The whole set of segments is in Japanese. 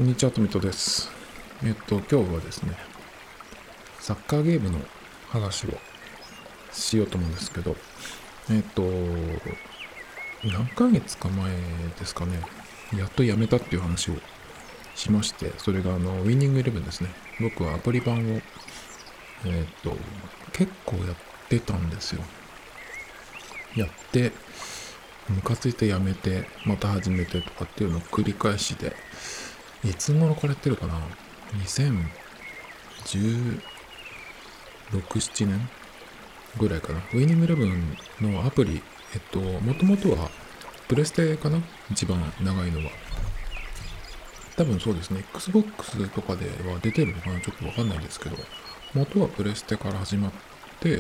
こんにちは、とみとです。今日はですね、サッカーゲームの話をしようと思うんですけど、何ヶ月か前ですかね、やっとやめたっていう話をしまして、それがウィニングイレブンですね。僕はアプリ版を、結構やってたんですよ。やって、ムカついてやめて、また始めてとかっていうのを繰り返しで、いつ頃からやってるかな ?2016、7年ぐらいかな。ウィニングイレブンのアプリ、もともとはプレステかな、一番長いのは。多分そうですね。Xbox とかでは出てるのかな、ちょっとわかんないですけど、元はプレステから始まって、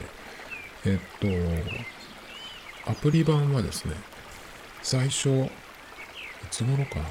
えっと、アプリ版はですね、最初、いつ頃かな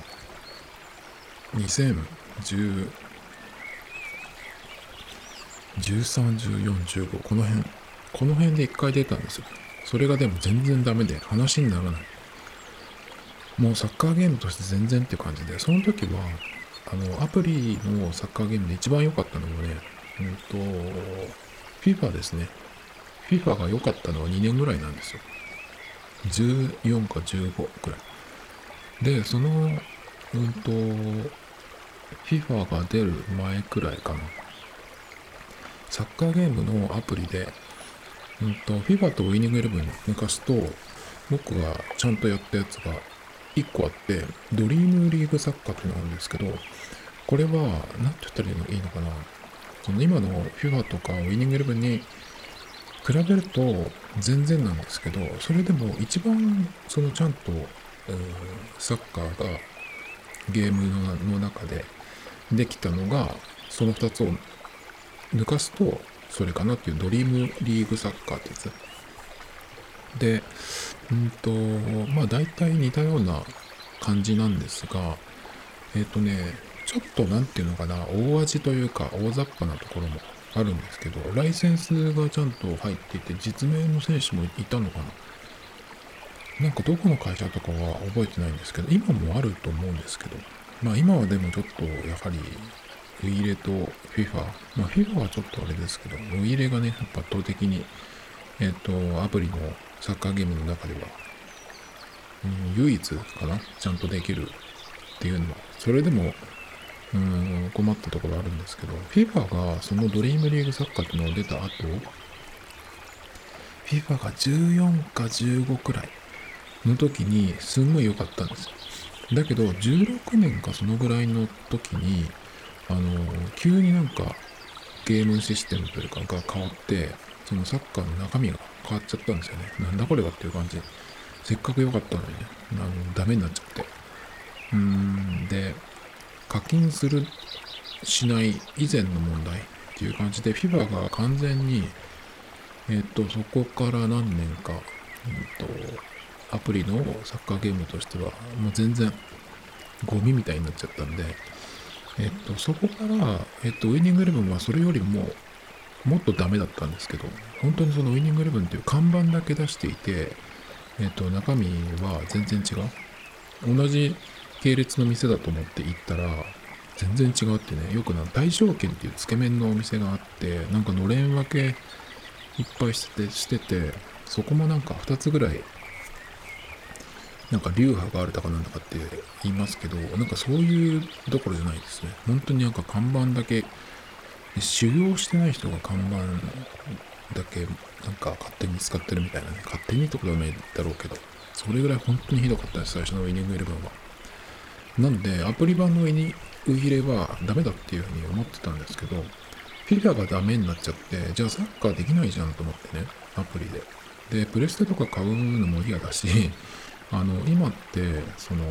?2010、13、14、15、この辺で一回出たんですよ。それがでも全然ダメで話にならない。もうサッカーゲームとして全然っていう感じで、その時は、アプリのサッカーゲームで一番良かったのはね、FIFA ですね。FIFA が良かったのは2年ぐらいなんですよ。14か15くらい。で、FIFA が出る前くらいかな。サッカーゲームのアプリで、FIFA とウィニングイレブン抜かすと、僕がちゃんとやったやつが1個あって、ドリームリーグサッカーっていうのがあるんですけど、これは、なんて言ったらいいのかな。その今の FIFA とかウィニングイレブンに比べると全然なんですけど、それでも一番そのちゃんと、サッカーがゲームの中でできたのが、その2つを抜かすと、それかなっていうドリームリーグサッカーってやつ。で、まあ大体似たような感じなんですが、ちょっとなんていうのかな、大味というか大雑把なところもあるんですけど、ライセンスがちゃんと入っていて、実名の選手もいたのかな。なんかどこの会社とかは覚えてないんですけど、今もあると思うんですけど、まあ今はでもちょっとやはり、ウイイレと FIFA、まあ FIFA はちょっとあれですけど、ウイイレがね、やっぱ圧倒的に、アプリのサッカーゲームの中では、唯一かな、ちゃんとできるっていうのは、それでも困ったところあるんですけど、FIFA がそのドリームリーグサッカーっていうのが出た後、FIFA が14か15くらいの時にすんごい良かったんですよ。だけど、16年かそのぐらいの時に、急になんかゲームシステムというかが変わって、そのサッカーの中身が変わっちゃったんですよね。なんだこれはっていう感じ。せっかく良かったのにね、ダメになっちゃって。で、課金する、しない以前の問題っていう感じで、FIFA が完全に、そこから何年か、アプリのサッカーゲームとしては、もう全然ゴミみたいになっちゃったんで、そこから、ウィニングイレブンはそれよりももっとダメだったんですけど、本当にそのウィニングイレブンっていう看板だけ出していて、中身は全然違う。同じ系列の店だと思って行ったら、全然違うってね、よく大正軒っていうつけ麺のお店があって、なんかのれん分けいっぱいしてて、そこもなんか2つぐらい、なんか流派があるとかなんだかって言いますけど、なんかそういうどころじゃないですね。本当になんか看板だけ、修行してない人が看板だけなんか勝手に使ってるみたいなね、勝手にってことはないだろうけど、それぐらい本当にひどかったです、最初のウィニングイレブンは。なんで、アプリ版のウイイレはダメだっていうふうに思ってたんですけど、フィギュアがダメになっちゃって、じゃあサッカーできないじゃんと思ってね、アプリで。で、プレステとか買うのも嫌だし、今って、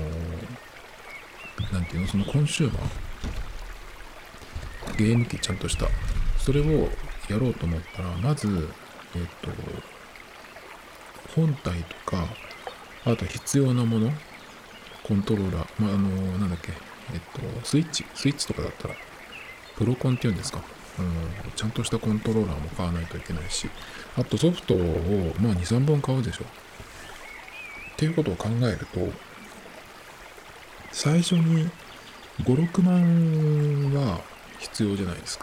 なんていうの、そのコンシューマー、ゲーム機ちゃんとした、それをやろうと思ったら、まず、本体とか、あと必要なもの、コントローラー、なんだっけ、スイッチとかだったら、プロコンっていうんですか、ちゃんとしたコントローラーも買わないといけないし、あとソフトを、まあ2、3本買うでしょ。っていうことを考えると、最初に 5、6万は必要じゃないですか。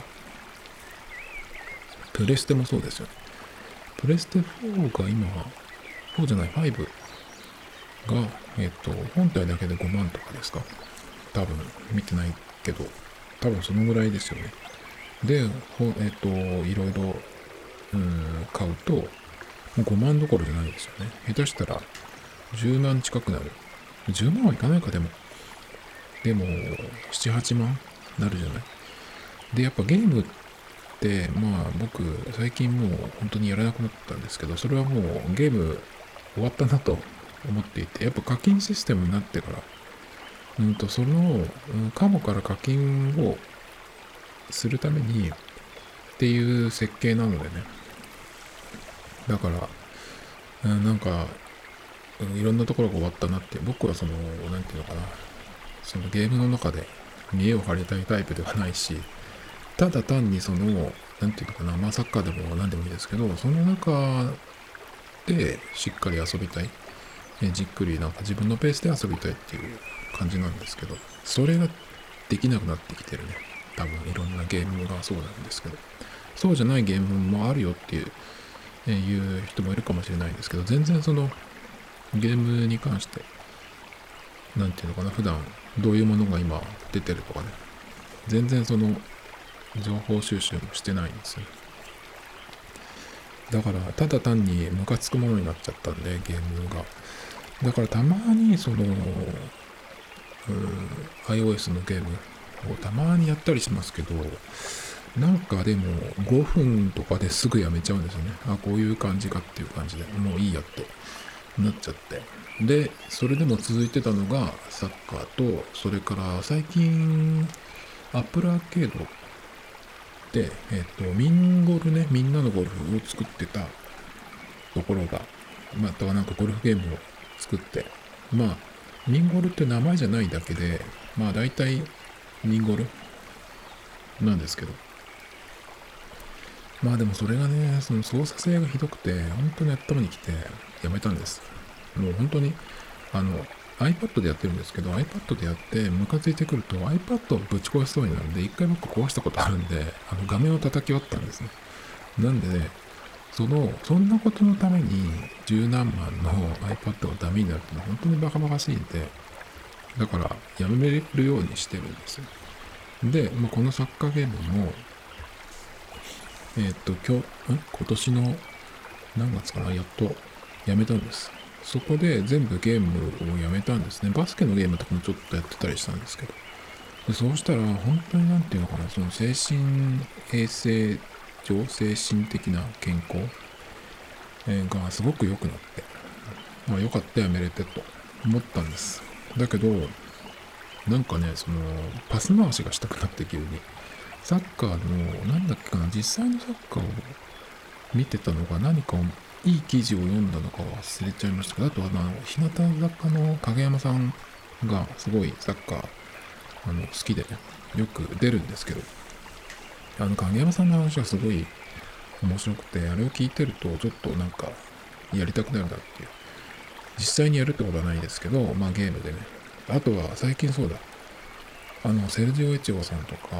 プレステもそうですよね。プレステ4が今、4じゃない、5が、本体だけで5万とかですか。多分、見てないけど、多分そのぐらいですよね。で、いろいろ、買うと、5万どころじゃないですよね。下手したら、10万近くなる。10万はいかないか、でも、7、8万なるじゃない。で、やっぱゲームって、まあ僕、最近もう本当にやらなくなったんですけど、それはもうゲーム終わったなと思っていて、やっぱ課金システムになってから、その、カモから課金をするためにっていう設計なのでね。だから、なんか、いろんなところが終わったなって、僕はその、なんていうのかな、そのゲームの中で見栄を張りたいタイプではないし、ただ単にその、なんていうのかな、まあサッカーでも何でもいいですけど、その中でしっかり遊びたい。じっくりなんか自分のペースで遊びたいっていう感じなんですけど、それができなくなってきてるね。多分いろんなゲームがそうなんですけど、そうじゃないゲームもあるよっていう、いう人もいるかもしれないですけど、全然そのゲームに関して、なんていうのかな、普段どういうものが今出てるとかね、全然その情報収集もしてないんですよ。だからただ単にムカつくものになっちゃったんで、ゲームが。だからたまにその、iOS のゲームをたまにやったりしますけど、なんかでも5分とかですぐやめちゃうんですよね。あ、こういう感じかっていう感じで、もういいやってなっちゃって。で、それでも続いてたのがサッカーと、それから最近、Apple Arcade で、ミンゴルね、みんなのゴルフを作ってたところが、またはなんかゴルフゲームを作って、まあ、ミンゴルって名前じゃないだけで、まあ大体ミンゴルなんですけど、まあでもそれがね、その操作性がひどくて、本当に頭にきてやめたんです。もう本当に、あの、iPad でやってるんですけど、iPad でやってムカついてくると iPad をぶち壊しそうになるんで、一回僕壊したことあるんで、画面を叩き割ったんですね。なんでね、そんなことのために十何万の iPad がダメになるってのは本当にバカバカしいんで、だからやめるようにしてるんですよ。で、まあ、このサッカーゲームも、今年の何月かな、やっとやめたんです。そこで全部ゲームをやめたんですね。バスケのゲームとかもちょっとやってたりしたんですけど。でそうしたら、本当になんていうのかな、その精神衛生上、精神的な健康がすごく良くなって、まあ良かったやめれてと思ったんです。だけど、なんかね、その、パス回しがしたくなって急に。サッカーの、なんだっけかな、実際のサッカーを見てたのが何かいい記事を読んだのか忘れちゃいましたけど、あとは日向坂の影山さんがすごいサッカー好きでね、よく出るんですけど、影山さんの話はすごい面白くて、あれを聞いてるとちょっとなんかやりたくなるなっていう。実際にやるってことはないですけど、まあゲームでね。あとは最近そうだ。セルジオ・エチオさんとか、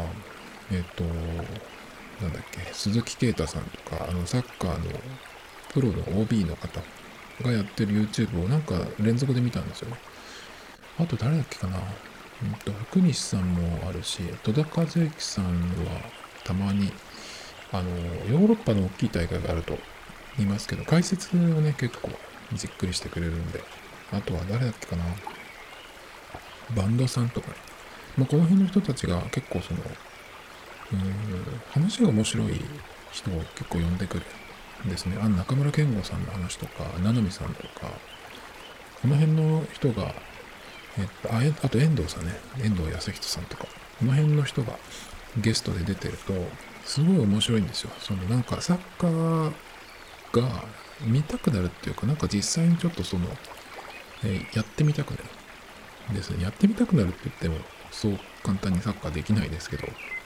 なんだっけ、鈴木啓太さんとか、サッカーのプロの OB の方がやってる YouTube をなんか連続で見たんですよね。あと誰だっけかな。福西さんもあるし、戸田和幸さんはたまに、ヨーロッパの大きい大会があると言いますけど、解説をね、結構じっくりしてくれるんで、あとは誰だっけかな。バンドさんとかね。まあ、この辺の人たちが結構その、話が面白い人を結構呼んでくるんですね。中村健吾さんの話とか、七海さんとか、この辺の人が、あと遠藤さんね、遠藤康人さんとか、この辺の人がゲストで出てると、すごい面白いんですよ。そのなんかサッカーが見たくなるっていうか、なんか実際にちょっとその、やってみたくなるですね。やってみたくなるって言っても、そう簡単にサッカーできないですけど、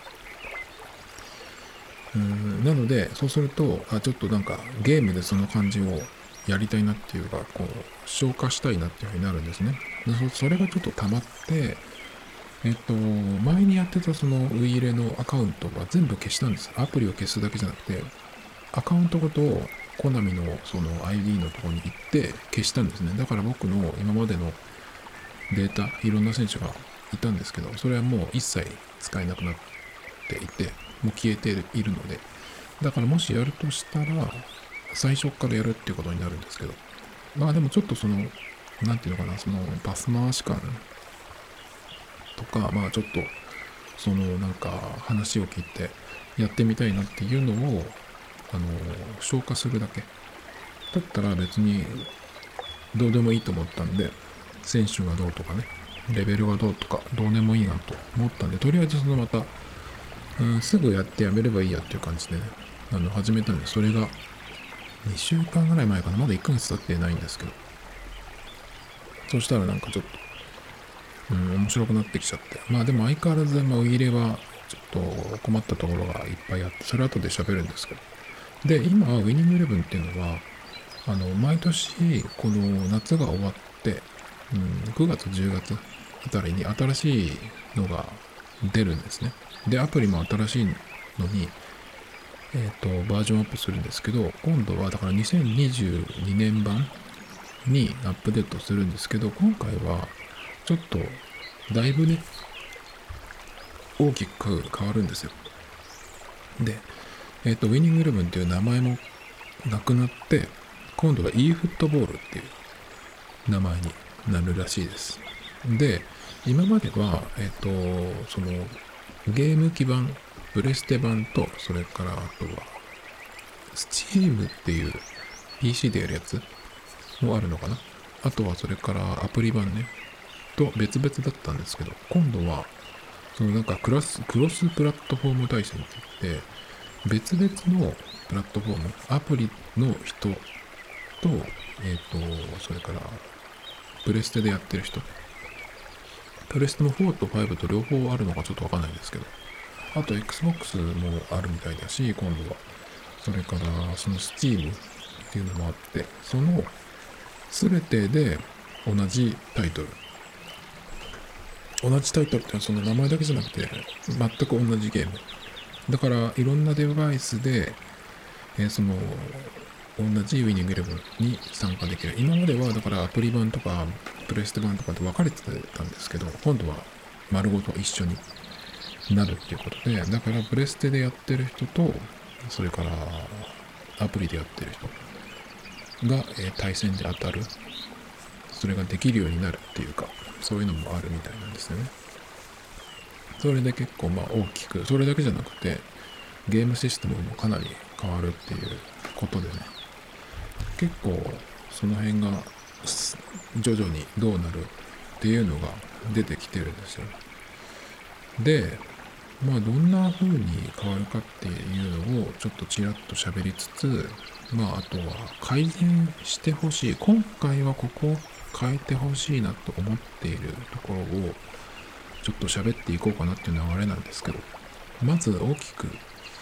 なので、そうすると、ちょっとなんかゲームでその感じをやりたいなっていうか、こう、消化したいなっていうふうになるんですね。でそれがちょっと溜まって、 前にやってたそのウイイレのアカウントは全部消したんです。アプリを消すだけじゃなくて、アカウントごとコナミのその ID のところに行って消したんですね。だから僕の今までのデータ、いろんな選手がいたんですけど、それはもう一切使えなくなっていて、もう消えているので、だからもしやるとしたら、最初からやるっていうことになるんですけど、まあでもちょっとその、なんていうのかな、そのパス回し感とか、まあちょっと、そのなんか話を聞いてやってみたいなっていうのを、消化するだけ。だったら別にどうでもいいと思ったんで、選手がどうとかね、レベルがどうとか、どうでもいいなと思ったんで、とりあえずそのまた、すぐやってやめればいいやっていう感じでね、始めたんで、それが2週間ぐらい前かな、まだ1ヶ月経ってないんですけど、そしたらなんかちょっと、面白くなってきちゃって、まあでも相変わらず、ウイイレはちょっと困ったところがいっぱいあって、それ後で喋るんですけど、で、今、ウィニングイレブンっていうのは、毎年、この夏が終わって、9月、10月あたりに新しいのが出るんですね。で、アプリも新しいのに、バージョンアップするんですけど、今度はだから2022年版にアップデートするんですけど、今回はちょっとだいぶね、大きく変わるんですよ。で、ウィニングイレブンっていう名前もなくなって、今度は e フットボールっていう名前になるらしいです。で、今までは、そのゲーム基盤、プレステ版と、それからあとは、Steam っていう PC でやるやつもあるのかな。あとはそれからアプリ版ね、と別々だったんですけど、今度は、そのなんかクロスプラットフォーム対戦って言って、別々のプラットフォーム、アプリの人と、それから、プレステでやってる人。プレステも4と5と両方あるのかちょっとわかんないですけど。あと Xbox もあるみたいだし、今度は。それから、その Steam っていうのもあって、その全てで同じタイトル。同じタイトルってのはその名前だけじゃなくて、全く同じゲーム。だから、いろんなデバイスで、その、同じウィニングイレブンに参加できる。今までは、だからアプリ版とか、プレステ版とかで分かれてたんですけど、今度は丸ごと一緒になるっていうことで、だからプレステでやってる人と、それからアプリでやってる人が、対戦で当たる。それができるようになるっていうか、そういうのもあるみたいなんですよね。それで結構大きく、それだけじゃなくて、ゲームシステムもかなり変わるっていうことでね、結構その辺が徐々にどうなるっていうのが出てきてるんですよ。で、どんな風に変わるかっていうのをちょっとちらっと喋りつつ、あとは改善してほしい。今回はここを変えてほしいなと思っているところをちょっと喋っていこうかなっていう流れなんですけど、まず大きく、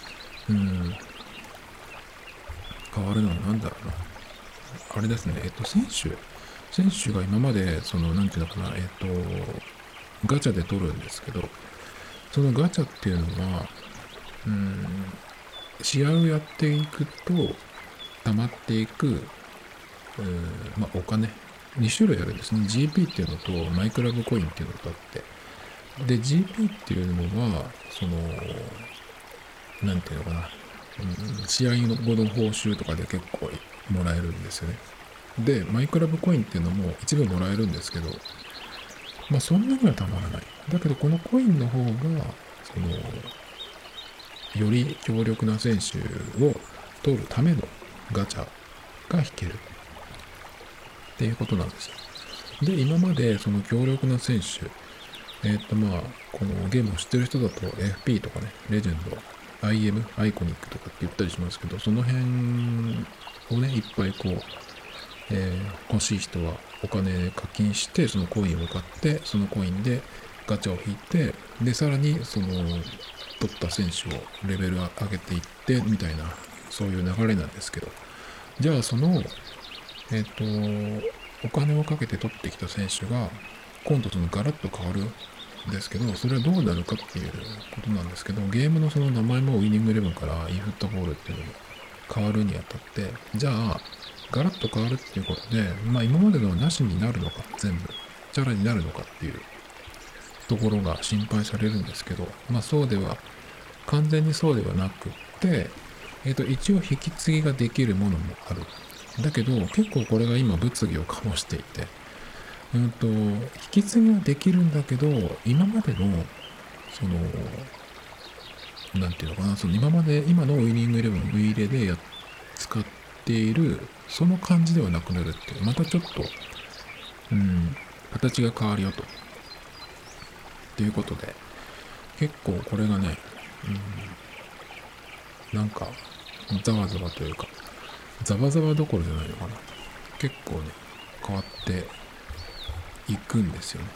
変わるのは何だろうな。あれですね、選手が今まで、なんていうのかな、ガチャで取るんですけど、そのガチャっていうのは、試合をやっていくと、溜まっていく、お金、2種類あるんですね。GP っていうのと、マイクラブコインっていうのとあって、で、GP っていうのは、なんていうのかな、試合後の報酬とかで結構もらえるんですよね。で、マイクラブコインっていうのも一部もらえるんですけど、そんなにはたまらない。だけど、このコインの方が、より強力な選手を取るためのガチャが引けるっていうことなんですよ。で、今までその強力な選手、このゲームを知ってる人だと FP とかね、レジェンド、IM、アイコニックとかって言ったりしますけど、その辺をね、いっぱい欲しい人はお金課金して、そのコインを買って、そのコインでガチャを引いて、で、さらにその取った選手をレベル上げていって、みたいな、そういう流れなんですけど、じゃあその、お金をかけて取ってきた選手が、今度そのガラッと変わるですけど、それはどうなるかっていうことなんですけど、ゲームのその名前もウィニングイレブンから e フットボールっていうのに変わるにあたって、じゃあ、ガラッと変わるっていうことで、今までのなしになるのか、全部、チャラになるのかっていうところが心配されるんですけど、そうでは、完全にそうではなくって、一応引き継ぎができるものもある。だけど、結構これが今物議を醸していて、引き継ぎはできるんだけど、今までの、その、なんていうのかな、今のウイニングイレブン、ウイイレで使っている、その感じではなくなるっていう、またちょっと、形が変わるよと。っていうことで、結構これがね、なんか、ざわざわというか、ざわざわどころじゃないのかな。結構ね、変わっていくんですよね。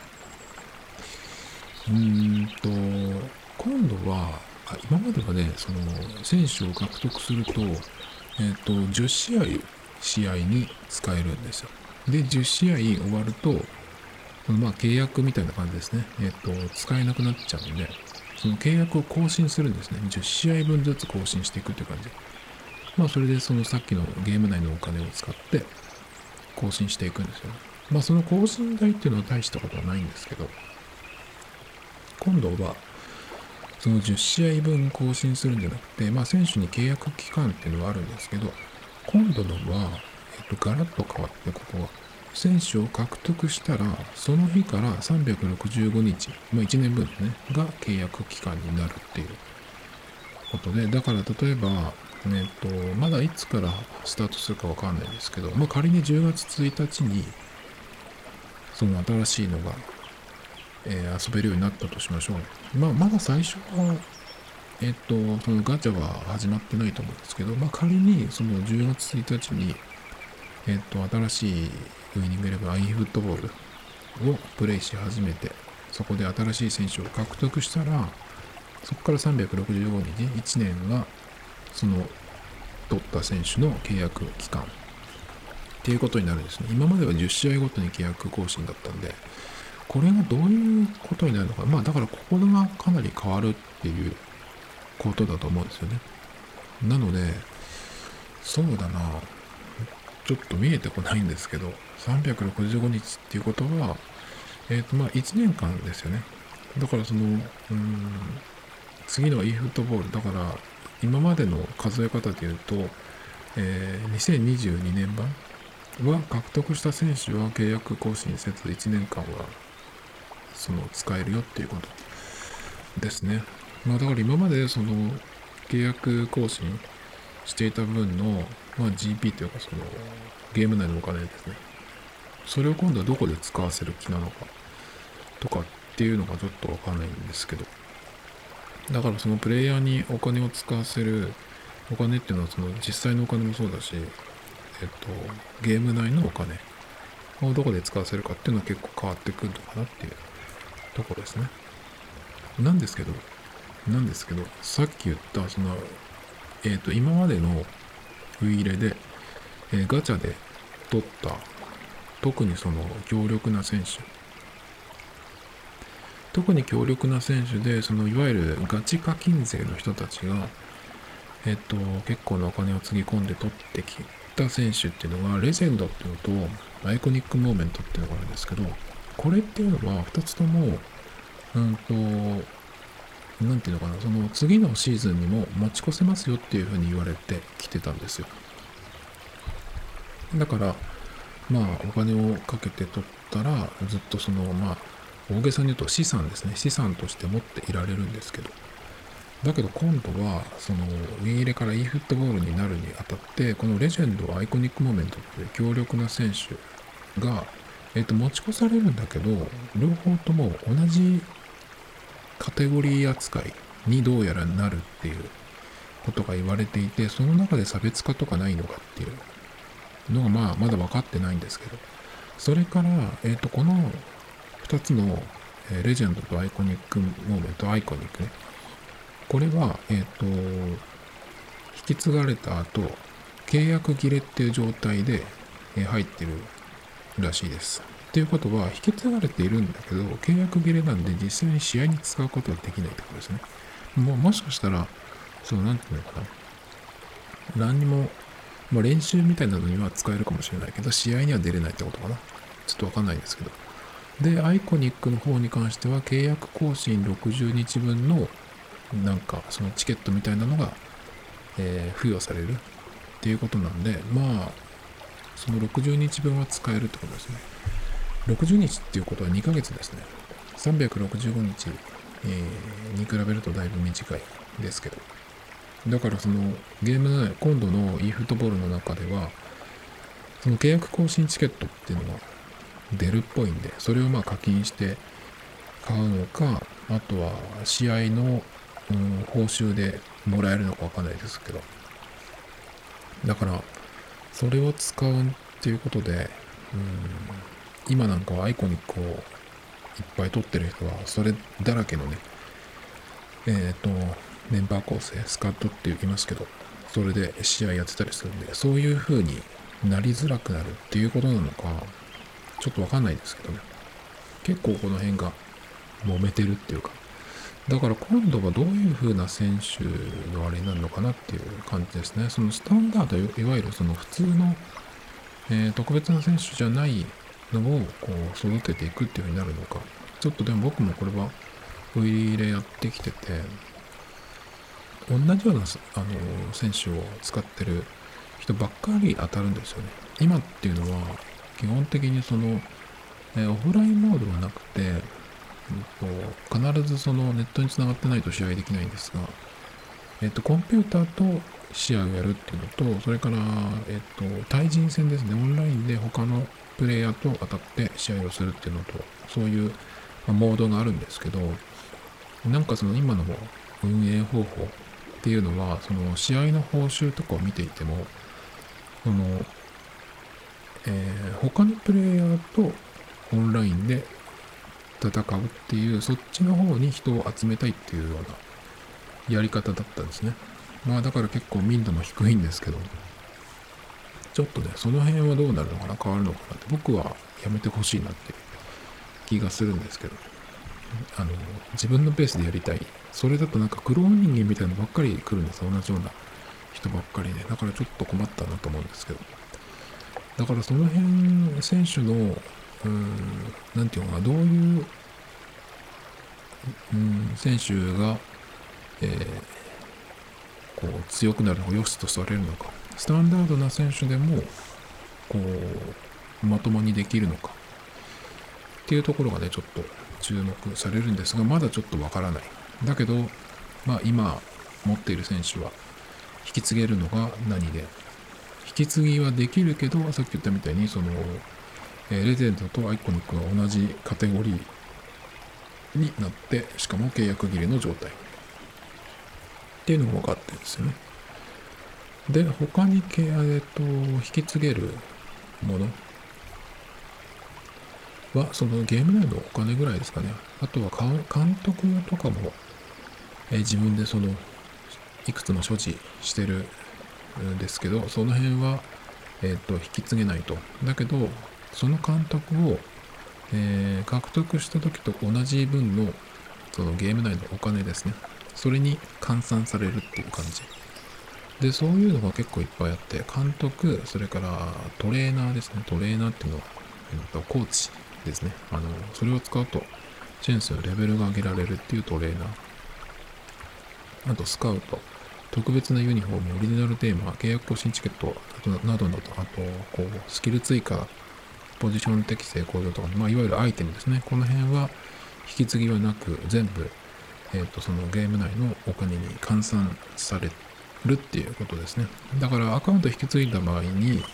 今度は、今まではね、その、選手を獲得すると、10試合に使えるんですよ。で、10試合終わると、契約みたいな感じですね。使えなくなっちゃうんで、その契約を更新するんですね。10試合分ずつ更新していくっていう感じ。それでそのさっきのゲーム内のお金を使って更新していくんですよね。その更新代っていうのは大したことはないんですけど、今度はその10試合分更新するんじゃなくて、選手に契約期間っていうのはあるんですけど、今度のは、ガラッと変わって、ここは、選手を獲得したら、その日から365日、1年分ですね、が契約期間になるっていうことで、だから例えば、まだいつからスタートするかわかんないですけど、仮に10月1日に、その新しいのが、遊べるようになったとしましょう。まだ最初は、そのガチャは始まってないと思うんですけど、仮にその10月1日に、新しいウイニングイレブン i フットボールをプレイし始めて、そこで新しい選手を獲得したら、そこから365日、1年が、その、取った選手の契約期間っていうことになるんですね。今までは10試合ごとに契約更新だったんで、これがどういうことになるのか。だからここがかなり変わるっていうことだと思うんですよね。なので、そうだな、ちょっと見えてこないんですけど、365日っていうことは、1年間ですよね。だから次の e フットボール、だから、今までの数え方で言うと、2022年版は獲得した選手は契約更新せず1年間は使えるよっていうことですね。だから今までその契約更新していた分の、GP というかゲーム内のお金ですね。それを今度はどこで使わせる気なのかとかっていうのがちょっとわかんないんですけど。だからそのプレイヤーにお金を使わせるお金っていうのはその実際のお金もそうだし、ゲーム内のお金をどこで使わせるかっていうのは結構変わってくるのかなっていうところですね。なんですけど、さっき言った今までのウイイレで、ガチャで取った特に強力な選手、でいわゆるガチ課金勢の人たちが結構なお金をつぎ込んで取ってきた選手っていうのがレジェンドっていうのとアイコニックモーメントっていうのがあるんですけど、これっていうのは2つともなんていうのかな、その次のシーズンにも持ち越せますよっていうふうに言われてきてたんですよ。だからお金をかけて取ったらずっと大げさに言うと資産ですね、資産として持っていられるんですけど、だけど今度はウィーレから e フットボールになるにあたってこのレジェンドアイコニックモーメントっていう強力な選手が持ち越されるんだけど、両方とも同じカテゴリー扱いにどうやらなるっていうことが言われていて、その中で差別化とかないのかっていうのがまだ分かってないんですけど、それから、この2つの、レジェンドとアイコニックモーメント、アイコニックね、これは、引き継がれた後、契約切れっていう状態で、入ってるらしいです。 っていうことは、引き継がれているんだけど、契約切れなんで実際に試合に使うことはできないってことですね。もしかしたら、なんていうのかな。何にも、練習みたいなのには使えるかもしれないけど、試合には出れないってことかな。ちょっとわかんないですけど。で、アイコニックの方に関しては、契約更新60日分の、そのチケットみたいなのが、付与されるっていうことなんで、その60日分は使えるってことですね。60日っていうことは2ヶ月ですね。365日、に比べるとだいぶ短いですけど。だからゲームの今度の e フットボールの中では、その契約更新チケットっていうのが出るっぽいんで、それを課金して買うのか、あとは試合の、報酬でもらえるのかわかんないですけど。だから、それを使うっていうことで、今なんかはアイコニックをいっぱい取ってる人は、それだらけのね、メンバー構成、スカットって言いますけど、それで試合やってたりするんで、そういう風になりづらくなるっていうことなのか、ちょっとわかんないですけどね。結構この辺が揉めてるっていうか、だから今度はどういう風な選手のあれになるのかなっていう感じですね。そのスタンダード、いわゆるその普通の、特別な選手じゃないのをこう育てていくっていう風になるのか。ちょっとでも僕もこれはウィーレやってきてて、同じような選手を使ってる人ばっかり当たるんですよね。今っていうのは基本的にオフラインモードはなくて、必ずネットにつながってないと試合できないんですが、コンピューターと試合をやるっていうのと、それから、対人戦ですね、オンラインで他のプレイヤーと当たって試合をするっていうのと、そういう、モードがあるんですけど、今の運営方法っていうのは、試合の報酬とかを見ていても、他のプレイヤーとオンラインで戦うっていう、そっちの方に人を集めたいっていうようなやり方だったんですね。だから結構民度も低いんですけど、ちょっとね、その辺はどうなるのかな、変わるのかなって、僕はやめてほしいなって気がするんですけど、自分のペースでやりたい。それだとクローン人間みたいなのばっかり来るんですよ。同じような人ばっかりね。だからちょっと困ったなと思うんですけど。だからその辺、選手の、なんていうのかな、どういう、選手が、こう強くなるのが良しとされるのか、スタンダードな選手でもこうまともにできるのかっていうところがねちょっと注目されるんですが、まだちょっとわからない。だけど今持っている選手は引き継げるのが何で、引き継ぎはできるけど、さっき言ったみたいにレジェンドとアイコニックが同じカテゴリーになって、しかも契約切れの状態っていうのが分かってるんですよね。で、他に引き継げるものは、そのゲーム内のお金ぐらいですかね。あとは監督とかも、自分でいくつも所持してるんですけど、その辺は、引き継げないと。だけど、その監督を、獲得した時と同じ分の、そのゲーム内のお金ですね。それに換算されるっていう感じ。で、そういうのが結構いっぱいあって、監督、それからトレーナーですね。トレーナーっていうのは、コーチですね。それを使うと、選手のレベルが上げられるっていうトレーナー。あと、スカウト。特別なユニフォーム、オリジナルテーマ、契約更新チケットなどなど、あと、スキル追加、ポジション適正向上とか、いわゆるアイテムですね。この辺は、引き継ぎはなく、全部、そのゲーム内のお金に換算されるっていうことですね。だからアカウント引き継いだ場合に、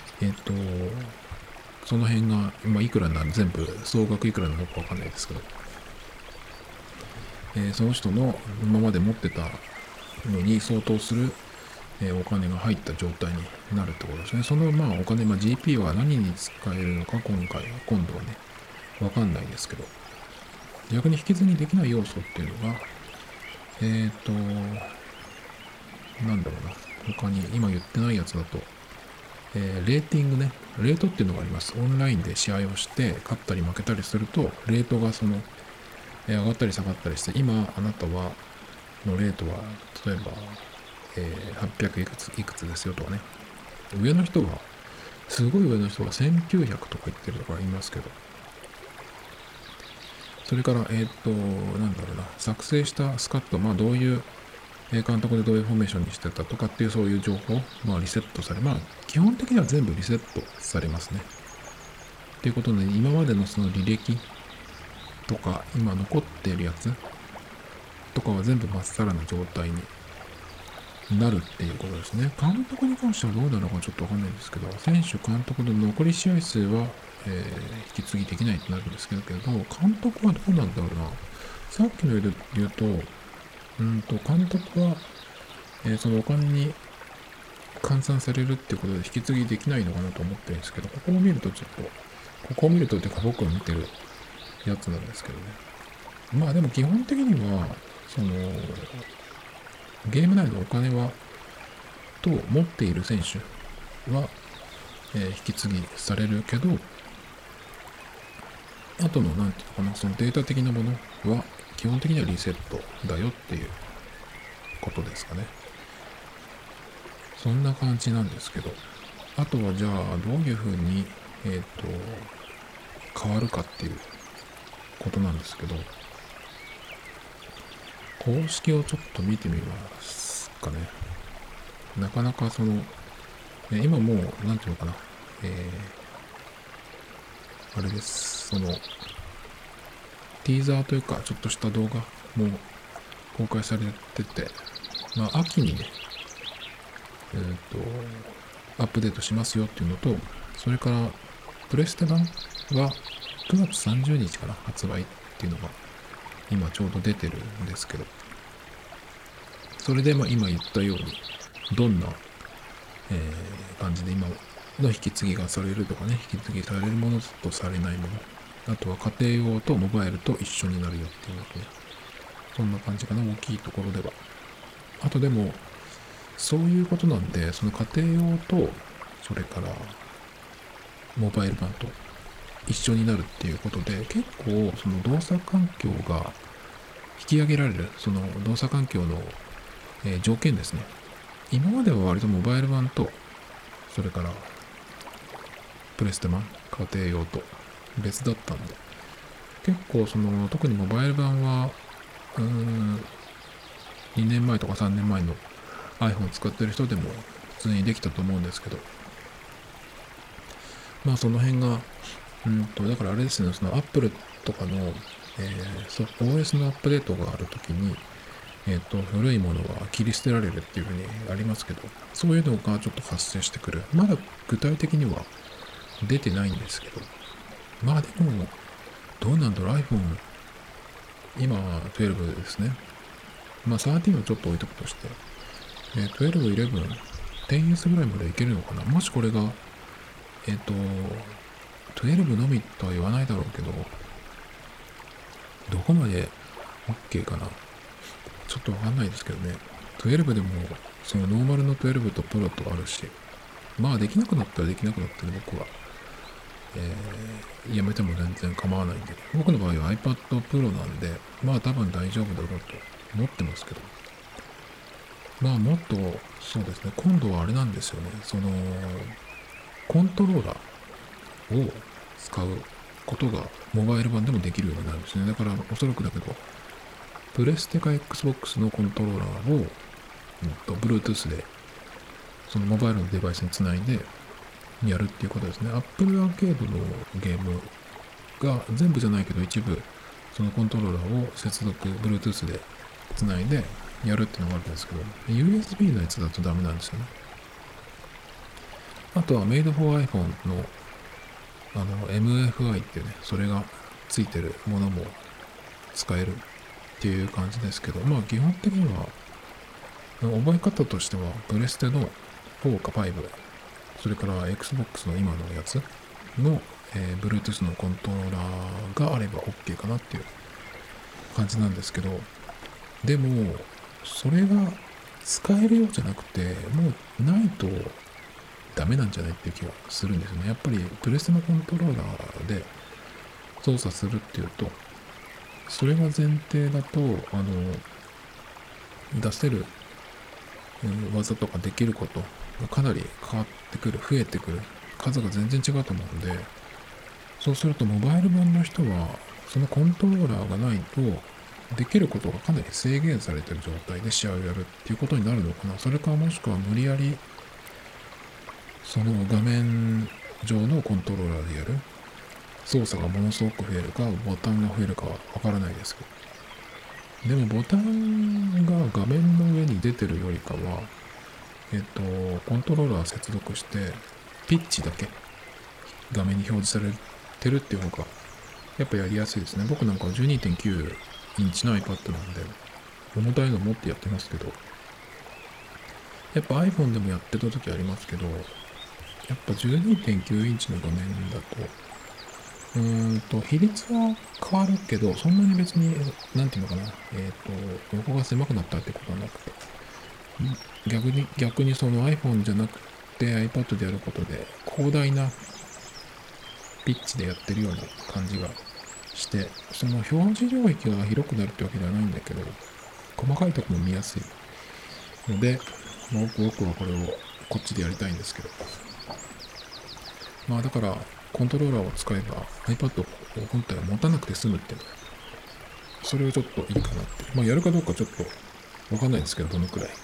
その辺が、いくらな全部、総額いくらなのかわかんないですけど、その人の今まで持ってたのに相当する、お金が入った状態になるってことですね。そのお金、GP は何に使えるのか今度はね、わかんないですけど、逆に引き継ぎできない要素っていうのが、なんだろうな、他に今言ってないやつだと、 レーティングね、レートっていうのがあります。オンラインで試合をして勝ったり負けたりすると、レートが上がったり下がったりして、今あなたはのレートは例えば、800いくつですよとかね。上の人はすごい上の人は1900とか言ってるとか言いますけど、それからなんだろうな、作成したスカット、どういう監督でどういうフォーメーションにしてたとかっていうそういう情報、リセットされ、基本的には全部リセットされますね。っていうことで、今までのその履歴とか、今残っているやつとかは全部まっさらな状態になるっていうことですね。監督に関してはどうなのかちょっとわかんないんですけど、選手、監督の残り試合数は、引き継ぎできないとなるんですけど、監督はどうなんだろうな。さっきので言うと、監督は、そのお金に換算されるっていうことで引き継ぎできないのかなと思ってるんですけど、ここを見るとっていうか僕が見てるやつなんですけどね。でも基本的には、ゲーム内のお金と持っている選手は、引き継ぎされるけど、あとの、なんていうのかな、そのデータ的なものは、基本的にはリセットだよっていうことですかね。そんな感じなんですけど、あとはじゃあ、どういうふうに、変わるかっていうことなんですけど、公式をちょっと見てみますかね。なかなか今もう、なんていうのかな、あれです、ティーザーというか、ちょっとした動画も公開されてて、秋にね、アップデートしますよっていうのと、それから、プレステ版は9月30日かな、発売っていうのが、今ちょうど出てるんですけど、それで今言ったように、どんな、感じで今の引き継ぎがされるとかね、引き継ぎされるものとされないもの、あとは家庭用とモバイルと一緒になるよっていうのとね、そんな感じかな、大きいところでは。あとでも、そういうことなんで、その家庭用と、それから、モバイル版と一緒になるっていうことで、結構、その動作環境が引き上げられる、その動作環境の、条件ですね。今までは割とモバイル版と、それから、プレステ版、家庭用と別だったんで、結構特にモバイル版は、2年前とか3年前の iPhone を使ってる人でも普通にできたと思うんですけど、その辺が、だからあれですね、Apple とかの、OS のアップデートがあるときに、古いものは切り捨てられるっていうふうにありますけど、そういうのがちょっと発生してくる。まだ具体的には出てないんですけど、でも、どうなんだろう、iPhone、今12ですね。13はちょっと置いとくとして、12、11、10S ぐらいまでいけるのかな。もしこれが、12のみとは言わないだろうけど、どこまで OK かな。ちょっとわかんないですけどね。12でも、そのノーマルの12とプロとあるし、できなくなったらできなくなったら僕は、やめても全然構わないんで、僕の場合は iPad Pro なんで、多分大丈夫だろうと思ってますけど、もっと、そうですね、今度はあれなんですよね、コントローラーを使うことがモバイル版でもできるようになるんですね。だからおそらくだけど、プレステか Xbox のコントローラーを、Bluetooth でそのモバイルのデバイスにつないでやるっていうことですね。Apple Arcade のゲームが全部じゃないけど一部そのコントローラーを接続 Bluetooth でつないでやるっていうのがあるんですけど、USB のやつだとダメなんですよね。あとは Made for iPhone のMFI っていうね、それがついてるものも使えるっていう感じですけど、基本的には覚え方としてはプレステの4か5、それから Xbox の今のやつの、Bluetooth のコントローラーがあれば OK かなっていう感じなんですけど、でもそれが使えるようじゃなくて、もうないとダメなんじゃないっていう気がするんですよね。やっぱりプレステのコントローラーで操作するっていうと、それが前提だと、出せる技とかできることがかなり変わってくる、増えてくる、数が全然違うと思うんで、そうするとモバイル版の人は、そのコントローラーがないと、できることがかなり制限されてる状態で試合をやるっていうことになるのかな。それかもしくは無理やり、その画面上のコントローラーでやる。操作がものすごく増えるか、ボタンが増えるかはわからないですけど。でもボタンが画面の上に出てるよりかは、コントローラー接続して、ピッチだけ画面に表示されてるっていう方が、やっぱやりやすいですね。僕なんか 12.9 インチの iPad なんで、重たいの持ってやってますけど、やっぱ iPhone でもやってた時ありますけど、やっぱ 12.9 インチの画面だと、比率は変わるけど、そんなに別に、なんていうのかな、横が狭くなったってことはなくて、逆にその iPhone じゃなくて iPad でやることで、広大なピッチでやってるような感じがして、その表示領域が広くなるってわけではないんだけど、細かいところも見やすいので、僕はこれをこっちでやりたいんですけど、まあだから、コントローラーを使えば iPad を本体を持たなくて済むっていうのは、それはちょっといいかなって。まあやるかどうかちょっとわかんないですけど、どのくらい。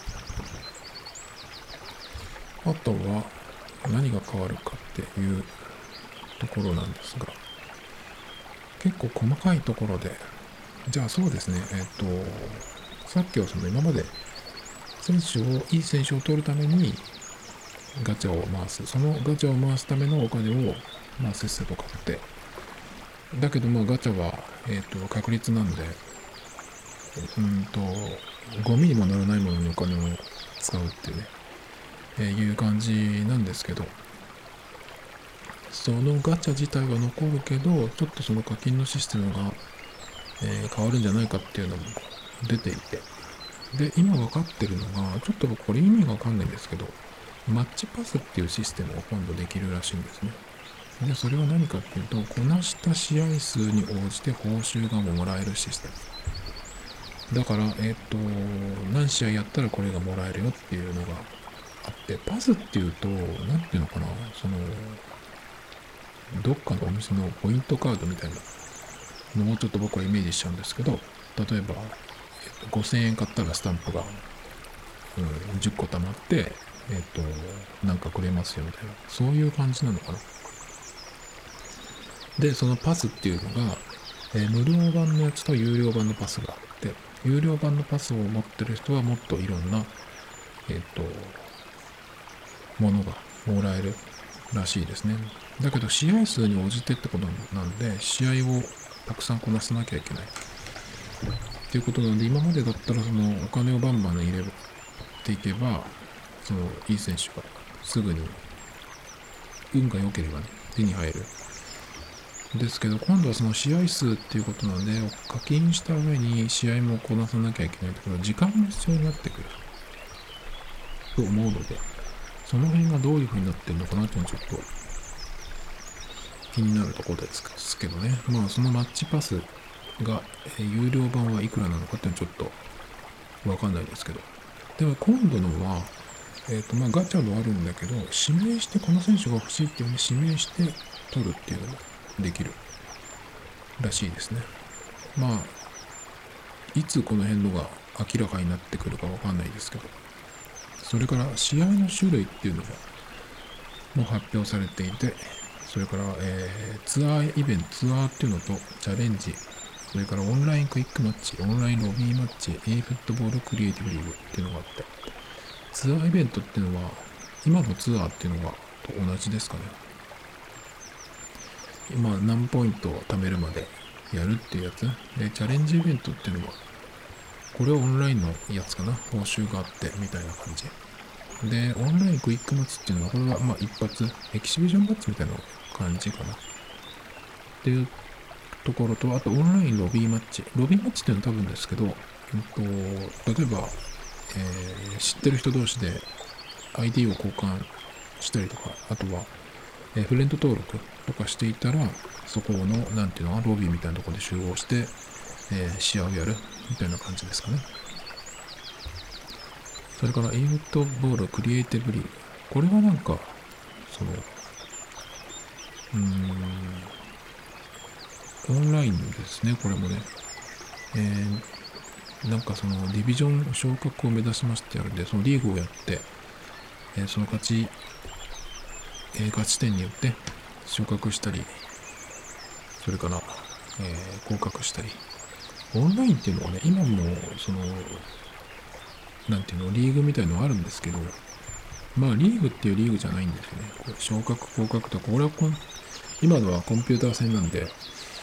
あとは何が変わるかっていうところなんですが、結構細かいところで、じゃあそうですね、さっきはその今までいい選手を取るためにガチャを回す。そのガチャを回すためのお金を、せっせと買って。だけどガチャは、確率なんで、ゴミにもならないものにお金を使うっていうね、いう感じなんですけど、そのガチャ自体は残るけど、ちょっとその課金のシステムが、変わるんじゃないかっていうのも出ていて、で、今分かってるのが、ちょっと僕これ意味がわかんないんですけど、マッチパスっていうシステムを今度できるらしいんですね。で、それは何かっていうと、こなした試合数に応じて報酬がもらえるシステム。だから、何試合やったらこれがもらえるよっていうのがあって、パスっていうと、なんていうのかな、どっかのお店のポイントカードみたいなのをちょっと僕はイメージしちゃうんですけど、例えば、5000円買ったらスタンプが、10個貯まって、なんかくれますよみたいな、そういう感じなのかな。で、そのパスっていうのが、無料版のやつと有料版のパスがあって、有料版のパスを持ってる人はもっといろんな、ものがもらえるらしいですね。だけど試合数に応じてってことなんで、試合をたくさんこなさなきゃいけないっていうことなんで、今までだったらそのお金をバンバン入れていけば、そのいい選手がすぐに運が良ければね、手に入る。ですけど、今度はその試合数っていうことなんで、課金した上に試合もこなさなきゃいけないところ、時間も必要になってくると思うので、その辺がどういう風になってるのかなっていうのはちょっと気になるところですけどね。そのマッチパスが、有料版はいくらなのかっていうのはちょっとわかんないですけど。でも今度のは、ガチャもあるんだけど、指名してこの選手が欲しいっていうのに指名して取るっていうのもできるらしいですね。いつこの辺のが明らかになってくるかわかんないですけど、それから試合の種類っていうのがもう発表されていて、それから、ツアーっていうのとチャレンジ、それからオンラインクイックマッチ、オンラインロビーマッチ、e フットボールクリエイティブリーグっていうのがあって、ツアーイベントっていうのは、今のツアーっていうのがと同じですかね。何ポイントを貯めるまでやるっていうやつ。で、チャレンジイベントっていうのは、これはオンラインのやつかな。報酬があって、みたいな感じ。で、オンラインクイックマッチっていうのは、これは一発、エキシビジョンマッチみたいな感じかな。っていうところと、あとオンラインロビーマッチ。ロビーマッチっていうのは多分ですけど、例えば、知ってる人同士で ID を交換したりとか、あとは、フレンド登録とかしていたら、そこの、なんていうの、ロビーみたいなところで集合して、試合をやるみたいな感じですかね。それから、エイフットボールクリエイティブリーグ。これはなんか、その、オンラインですね、これもね。なんかそのディビジョン昇格を目指しましてやるんで、そのリーグをやって、その勝ち点によって昇格したり、それから、降格したり。オンラインっていうのはね、今もその、なんていうの、リーグみたいのがあるんですけど、まあリーグっていうリーグじゃないんですよね。こう昇格、降格とか、俺は今のはコンピューター戦なんで、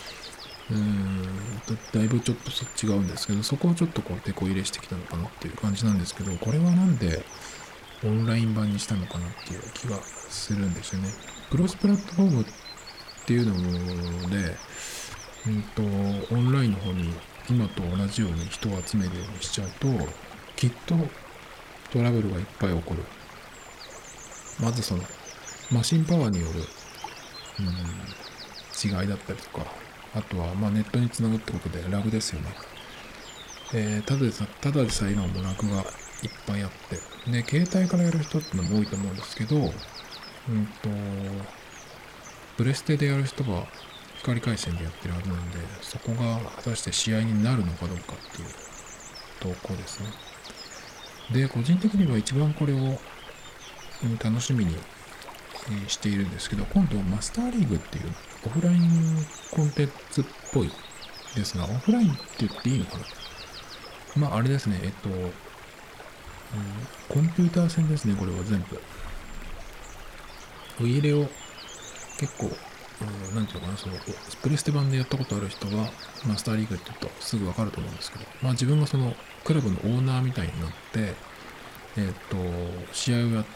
だいぶちょっと違うんですけど、そこをちょっとこう手こ入れしてきたのかなっていう感じなんですけど、これはなんでオンライン版にしたのかなっていう気がするんですよね。クロスプラットフォームっていうので、オンラインの方に今と同じように人を集めるようにしちゃうと、きっとトラブルがいっぱい起こる。まずその、マシンパワーによる、違いだったりとか、あとはまあネットにつなぐってことでラグですよね。ただでさえ今もラグがいっぱいあって、で、携帯からやる人ってのも多いと思うんですけど、プレステでやる人は光回線でやってるはずなんで、そこが果たして試合になるのかどうかっていう投稿ですね。で、個人的には一番これを楽しみにしているんですけど、今度マスターリーグっていうオフラインコンテンツっぽいですが、オフラインって言っていいのかな。まああれですね、コンピューター戦ですね、これは全部。ウイイレを結構、なんていうのかな、そのプレステ版でやったことある人はマスターリーグって言うとすぐわかると思うんですけど、まあ自分がそのクラブのオーナーみたいになって、試合をやって、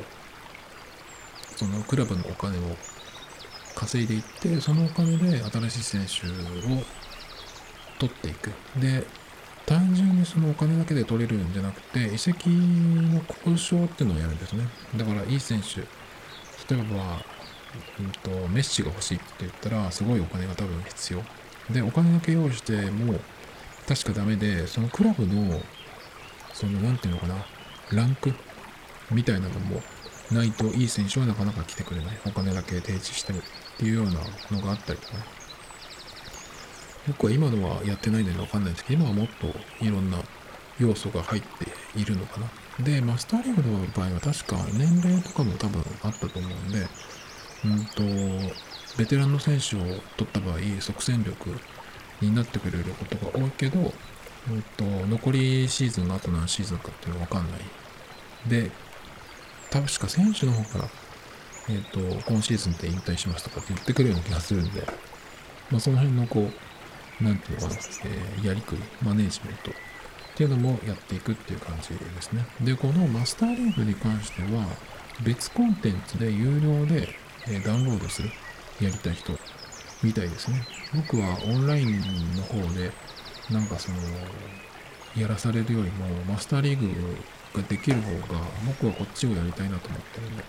そのクラブのお金を稼いでいって、そのお金で新しい選手を取っていく。で、単純にそのお金だけで取れるんじゃなくて、移籍の交渉っていうのをやるんですね。だからいい選手、例えば、メッシが欲しいって言ったら、すごいお金が多分必要。で、お金だけ用意しても、確かダメで、そのクラブの、その、なんていうのかな、ランクみたいなのもないといい選手はなかなか来てくれない。お金だけ提示してもっていうようなのがあったりとかね。僕は今のはやってないのでわかんないですけど、今はもっといろんな要素が入っているのかな。で、マスターリーグの場合は確か年齢とかも多分あったと思うんで、ベテランの選手を取った場合、即戦力になってくれることが多いけど、残りシーズンがあと何シーズンかっていうのはわかんない。で、確か選手の方から、今シーズンで引退しますとかって言ってくるような気がするんで、まあその辺のこう、なんていうのかな、やりくり、マネージメントっていうのもやっていくっていう感じですね。で、このマスターリーグに関しては、別コンテンツで有料で、ダウンロードする、やりたい人みたいですね。僕はオンラインの方で、なんかその、やらされるよりも、マスターリーグができる方が、僕はこっちをやりたいなと思ってるんで、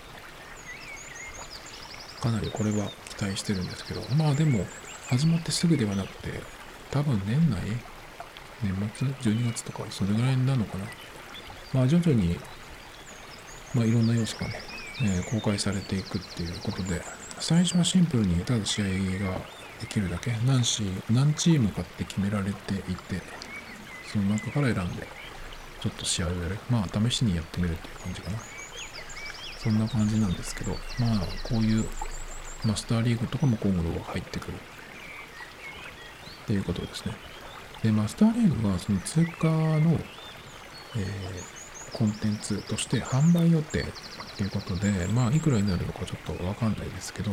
かなりこれは期待してるんですけど、まあでも、始まってすぐではなくて、多分年末 ?12 月とか、それぐらいなのかな。まあ徐々に、まあいろんな要素がね、公開されていくっていうことで、最初はシンプルにただ試合ができるだけ、何チームかって決められていて、その中から選んで、ちょっと試合をやる。まあ試しにやってみるっていう感じかな。そんな感じなんですけど、まあこういうマスターリーグとかも今後は入ってくるっていうことですね。で、マスターリーグがその通貨の、コンテンツとして販売予定ということで、まあいくらになるのかちょっとわかんないですけど、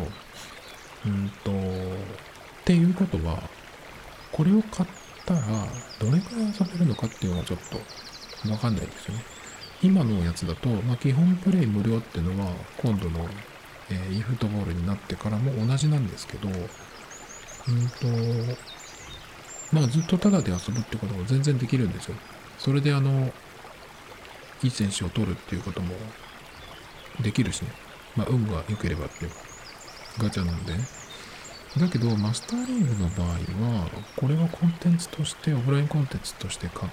っていうことは、これを買ったらどれくらい遊べるのかっていうのはちょっとわかんないですよね。今のやつだと、まあ、基本プレイ無料っていうのは今度の、e フットボールになってからも同じなんですけど、まあずっとタダで遊ぶってことも全然できるんですよ。それでいい選手を取るっていうこともできるしね。 まあ運が良ければっていうか、ガチャなんでね。だけど、マスターリングの場合は、これはコンテンツとして、オフラインコンテンツとして買って、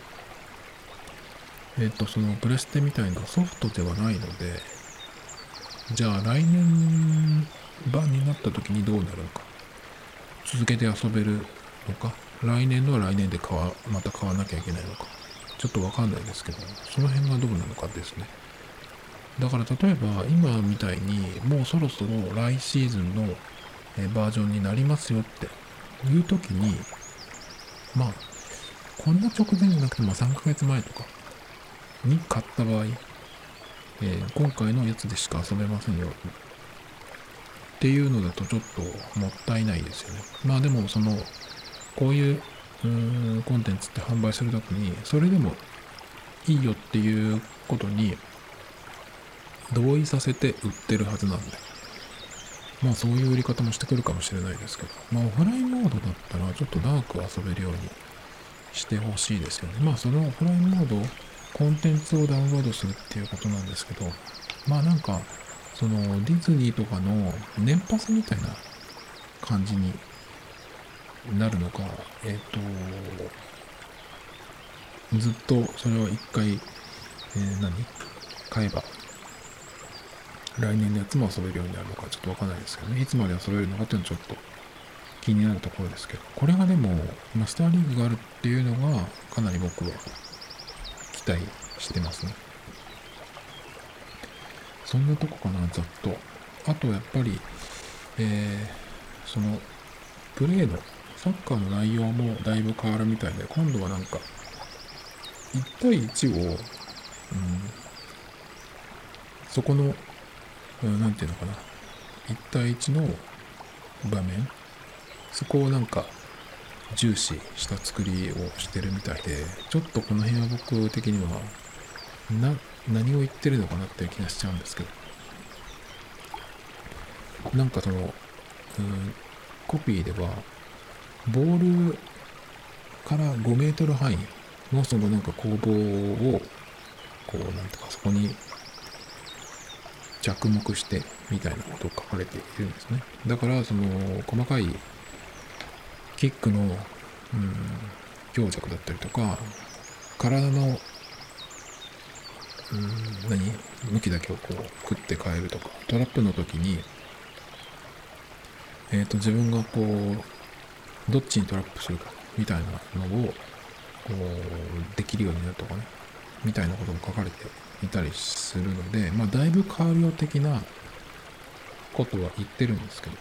そのプレステみたいなソフトではないので、じゃあ来年版になった時にどうなるのか。続けて遊べるのか。来年のは来年でまた買わなきゃいけないのか。ちょっとわかんないですけど、その辺がどうなのかですね。だから例えば今みたいにもうそろそろ来シーズンのバージョンになりますよっていう時に、まあ、こんな直前じゃなくても3ヶ月前とかに買った場合、今回のやつでしか遊べませんよっていうのだとちょっともったいないですよね。まあでもこういうコンテンツって販売するときに、それでもいいよっていうことに同意させて売ってるはずなんで、まあそういう売り方もしてくるかもしれないですけど、まあオフラインモードだったらちょっと長く遊べるようにしてほしいですよね。まあそのオフラインモード、コンテンツをダウンロードするっていうことなんですけど、まあなんか、そのディズニーとかの年パスみたいな感じになるのか、ずっとそれを一回、買えば、来年のやつも遊べるようになるのかちょっとわかんないですけどね。いつまで遊べるのかっていうのはちょっと気になるところですけど、これがでも、マスターリーグがあるっていうのが、かなり僕は期待してますね。そんなとこかな、ざっと。あと、やっぱり、その、プレーの、サッカーの内容もだいぶ変わるみたいで、今度はなんか、1対1を、そこの、なんていうのかな、1対1の場面、そこをなんか、重視した作りをしてるみたいで、ちょっとこの辺は僕的には、何を言ってるのかなっていう気がしちゃうんですけど、なんかコピーでは、ボールから5メートル範囲のそのなんか攻防を、こう、なんとかそこに着目してみたいなことを書かれているんですね。だから、細かいキックの、強弱だったりとか、体の、向きだけをこう、食って変えるとか、トラップの時に、自分がこう、どっちにトラップするか、みたいなのを、こう、できるようになるとかね、みたいなことも書かれていたりするので、まあ、だいぶ変わるよ的なことは言ってるんですけど、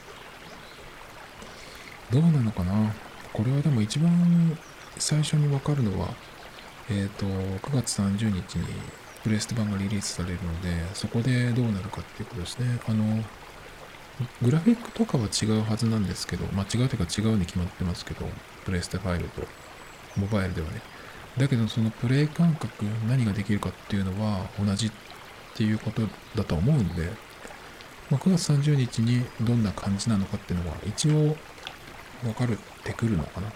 どうなのかな。これはでも一番最初にわかるのは、9月30日にプレステ版がリリースされるので、そこでどうなるかっていうことですね。グラフィックとかは違うはずなんですけど、まあ違うというか違うに決まってますけど、プレステ5とモバイルではね。だけどそのプレイ感覚、何ができるかっていうのは同じっていうことだと思うんで、まあ、9月30日にどんな感じなのかっていうのは一応分かってくるのかな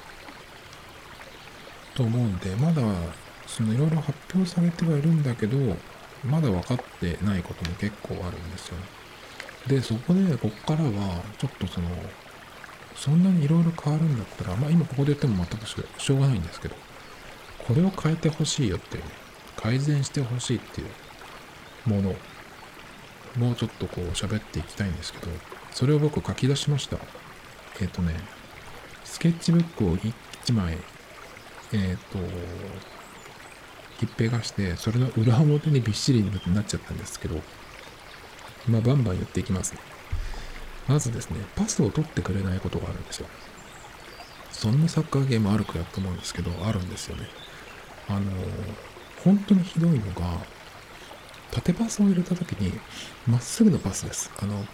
と思うんで、まだいろいろ発表されてはいるんだけど、まだ分かってないことも結構あるんですよね。で、そこで、こっからは、ちょっとそんなにいろいろ変わるんだったら、まあ今ここで言っても全くしょうがないんですけど、これを変えてほしいよっていうね、改善してほしいっていうもの、もうちょっとこう喋っていきたいんですけど、それを僕書き出しました。スケッチブックを1枚、切っぺがして、それの裏表にびっしりになっちゃったんですけど、まあバンバン言っていきますね。まずですね、パスを取ってくれないことがあるんですよ。そんなサッカーゲームあるかやと思うんですけど、あるんですよね。本当にひどいのが、縦パスを入れたときに、まっすぐのパスです。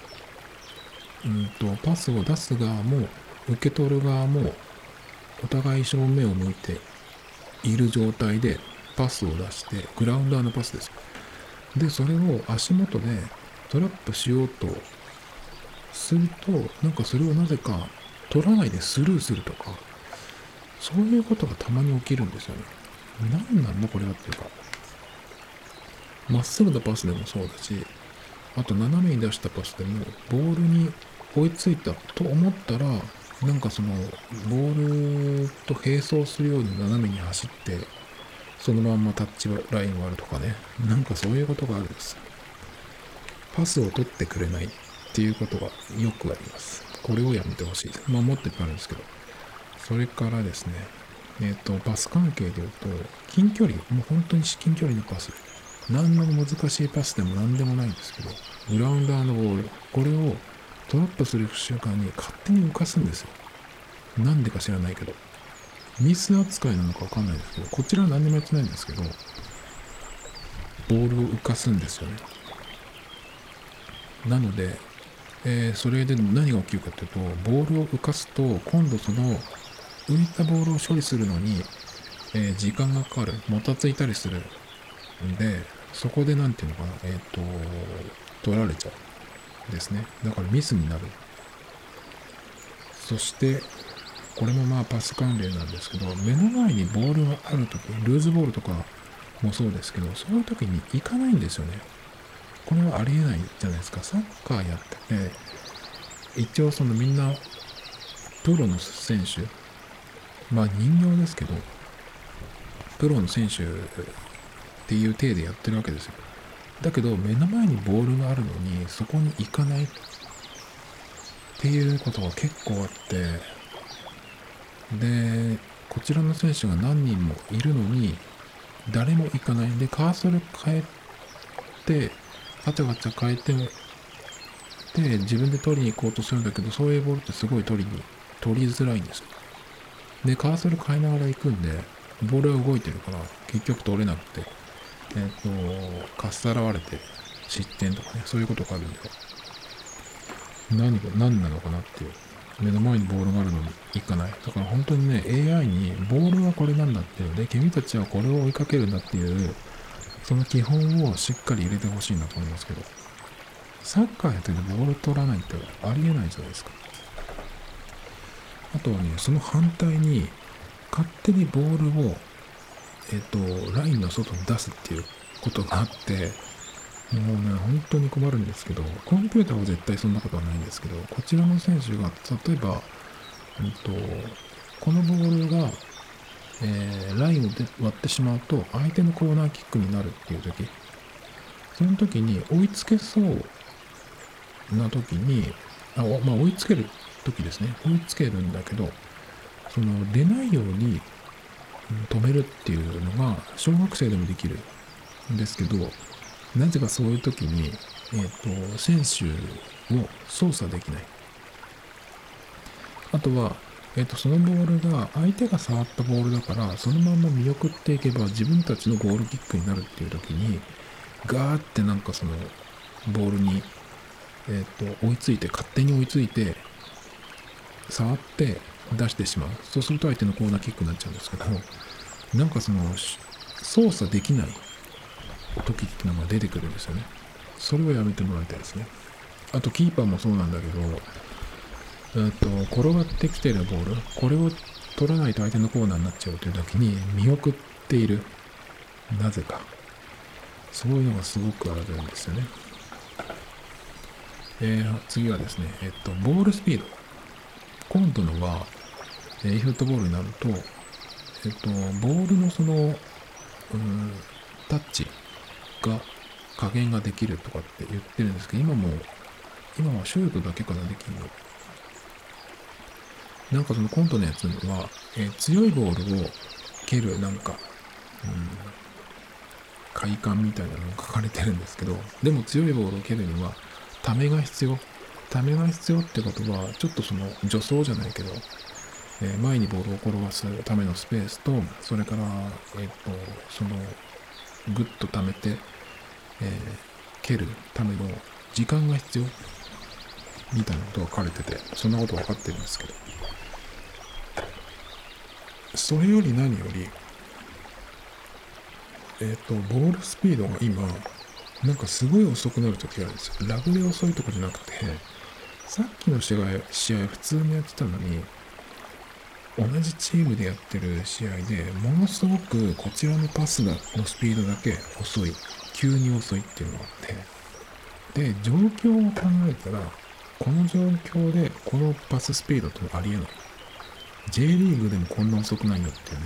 パスを出す側も、受け取る側も、お互い正面を向いている状態でパスを出して、グラウンダーのパスです。で、それを足元でトラップしようとすると、なんかそれをなぜか取らないでスルーするとか、そういうことがたまに起きるんですよね。何なんだこれはっていうか、まっすぐのパスでもそうだし、 あと斜めに出したパスでもボールに追いついたと思ったら、なんかそのボールと並走するように斜めに走ってそのまんまタッチライン割るとかね、なんかそういうことがあるんです。パスを取ってくれないっていうことがよくあります。これをやめてほしいです。まあもっといっぱいあるんですけど。それからですね、パス関係で言うと、近距離、もう本当に至近距離のパス。何の難しいパスでも何でもないんですけど、グラウンダーのボール、これをトラップする瞬間に勝手に浮かすんですよ。なんでか知らないけど。ミス扱いなのかわかんないですけど、こちらは何でもやってないんですけど、ボールを浮かすんですよね。なので、それで何が起きるかというと、ボールを浮かすと、今度その浮いたボールを処理するのに、時間がかかる。もたついたりするんで、そこでなんていうのかな、取られちゃうんですね。だからミスになる。そして、これもまあパス関連なんですけど、目の前にボールがあるとき、ルーズボールとかもそうですけど、そういうときに行かないんですよね。これはありえないじゃないですか。サッカーやってて、一応そのみんな、プロの選手、まあ人形ですけど、プロの選手っていう体でやってるわけですよ。だけど目の前にボールがあるのにそこに行かないっていうことが結構あって、で、こちらの選手が何人もいるのに誰も行かない。で、カーソル変えて、ガチャガチャ変えて、で、自分で取りに行こうとするんだけど、そういうボールってすごい取りづらいんですよ。で、カーソル変えながら行くんで、ボールが動いてるから、結局取れなくて、かっさらわれて失点とかね、そういうことがあるんで、何なのかなっていう。目の前にボールがあるのに行かない。だから本当にね、AI にボールはこれなんだっていうので、君たちはこれを追いかけるんだっていう、その基本をしっかり入れてほしいなと思いますけど、サッカーやっててボール取らないってありえないじゃないですか。あとはね、その反対に、勝手にボールを、ラインの外に出すっていうことがあって、もうね、本当に困るんですけど、コンピューターは絶対そんなことはないんですけど、こちらの選手が、例えば、このボールが、ラインを割ってしまうと、相手のコーナーキックになるっていう時、その時に追いつけそうな時に、まあ追いつける時ですね。追いつけるんだけど、その出ないように止めるっていうのが小学生でもできるんですけど、なぜかそういう時に、選手を操作できない。あとは、そのボールが相手が触ったボールだから、そのまま見送っていけば自分たちのゴールキックになるっていう時に、ガーってなんかそのボールに、追いついて、勝手に追いついて、触って出してしまう。そうすると相手のコーナーキックになっちゃうんですけど、なんかその操作できない時っていうのが出てくるんですよね。それをやめてもらいたいですね。あとキーパーもそうなんだけど、転がってきてるボール、これを取らないと相手のコーナーになっちゃうという時に見送っている。なぜか。そういうのがすごくあるんですよね。次はですね、ボールスピード。今度のは、フットボールになると、ボールのその、タッチが加減ができるとかって言ってるんですけど、今はシュートだけかな、できるの。なんかそのコントのやつは、強いボールを蹴るなんか、快感みたいなのが書かれてるんですけど、でも強いボールを蹴るには、ためが必要。ためが必要ってことは、ちょっとその助走じゃないけど、前にボールを転がすためのスペースと、それから、その、ぐっと溜めて、蹴るための時間が必要みたいなことが書かれてて、そんなこと分かってるんですけど、それより何より、ボールスピードが今、なんかすごい遅くなるときがあるんですよ。ラグで遅いとこじゃなくて、さっきの試合普通にやってたのに、同じチームでやってる試合でものすごくこちらのパスのスピードだけ遅い、急に遅いっていうのがあって、 で、状況を考えたら、この状況でこのパススピードってありえない。J リーグでもこんな遅くないよっていうね、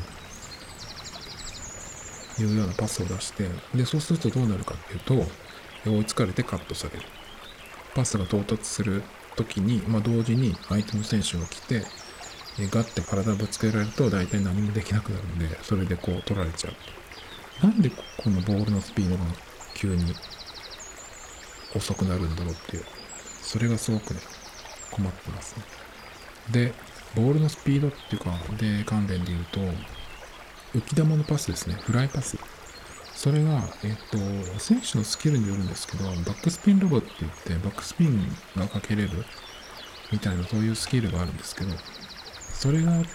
いうようなパスを出して、で、そうするとどうなるかっていうと、追いつかれてカットされる。パスが到達するときに、同時に相手の選手が来て、ガッて体ぶつけられると大体何もできなくなるんで、それでこう取られちゃう。なんでこのボールのスピードが急に遅くなるんだろうっていう、それがすごくね、困ってますね。で、ボールのスピードっていうか、で、関連で言うと、浮き球のパスですね、フライパス。それが、選手のスキルによるんですけど、バックスピンロボって言って、バックスピンがかけれるみたいな、そういうスキルがあるんですけど、それがあって、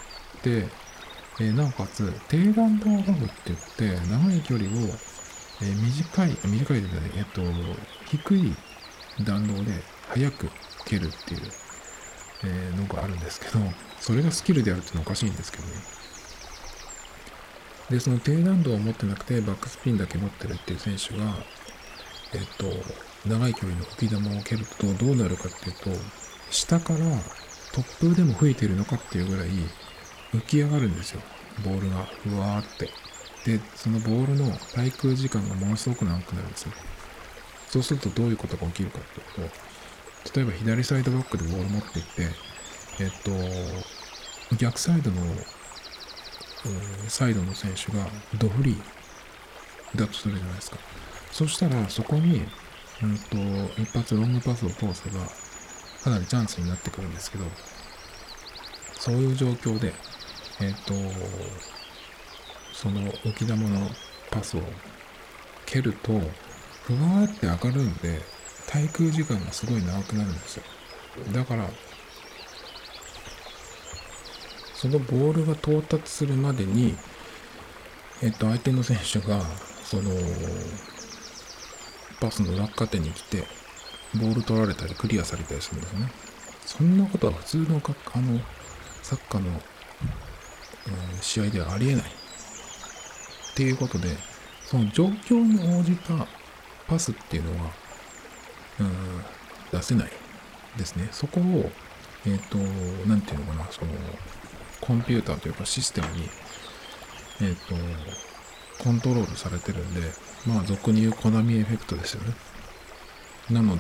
なおかつ、低弾道ロボって言って、長い距離を、短いでね、低い弾道で速く蹴るっていう、のがあるんですけど、それがスキルであるっていうのはおかしいんですけどね。で、その低弾道を持ってなくて、バックスピンだけ持ってるっていう選手が、長い距離の浮き球を蹴るとどうなるかっていうと、下から突風でも吹いてるのかっていうぐらい浮き上がるんですよ。ボールがふわーって。で、そのボールの滞空時間がものすごく長くなるんですよ。そうするとどういうことが起きるかっていうと、例えば左サイドバックでボール持っていって、逆サイドのサイドの選手がドフリーだとするじゃないですか。そしたらそこに、一発ロングパスを通せばかなりチャンスになってくるんですけど、そういう状況で、その浮き球のパスを蹴るとふわーって上がるんで、滞空時間がすごい長くなるんですよ。だからそのボールが到達するまでに、相手の選手がそのパスの落下点に来てボール取られたりクリアされたりするんですよね。そんなことは普通のサッカーの、試合ではありえないっていうことで、その状況に応じたパスっていうのは、出せないですね。そこをなんていうのかな、そのコンピューターというかシステムにコントロールされてるんで、俗に言うコナミエフェクトですよね。なので、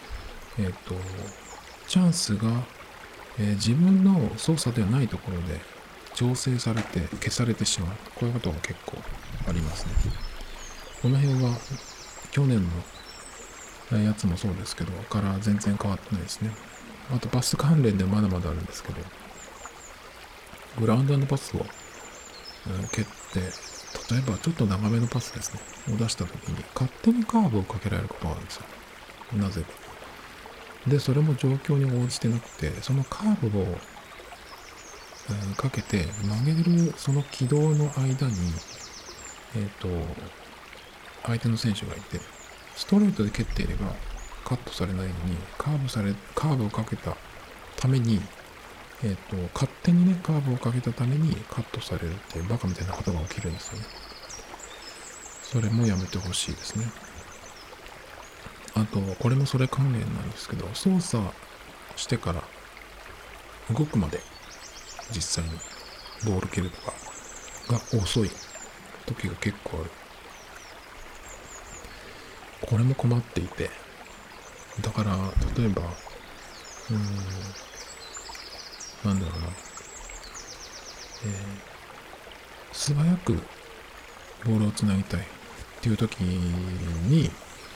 チャンスが、自分の操作ではないところで調整されて消されてしまう。こういうことが結構ありますね。この辺は去年のやつもそうですけど、から全然変わってないですね。あとパス関連でまだまだあるんですけど、グラウンドのパスを蹴って、例えばちょっと長めのパスですね、を出したときに勝手にカーブをかけられることがあるんですよ。なぜか。で、それも状況に応じてなくて、そのカーブを、かけて曲げるその軌道の間に、相手の選手がいて、ストレートで蹴っていればカットされないのに、カーブをかけたために、勝手にね、カーブをかけたためにカットされるっていうバカみたいなことが起きるんですよね。それもやめてほしいですね。あと、これもそれ関連なんですけど、操作してから動くまで実際にボール蹴るとかが遅い時が結構ある。これも困っていて、だから例えばなんだろうな、素早くボールをつなぎたいっていう時に、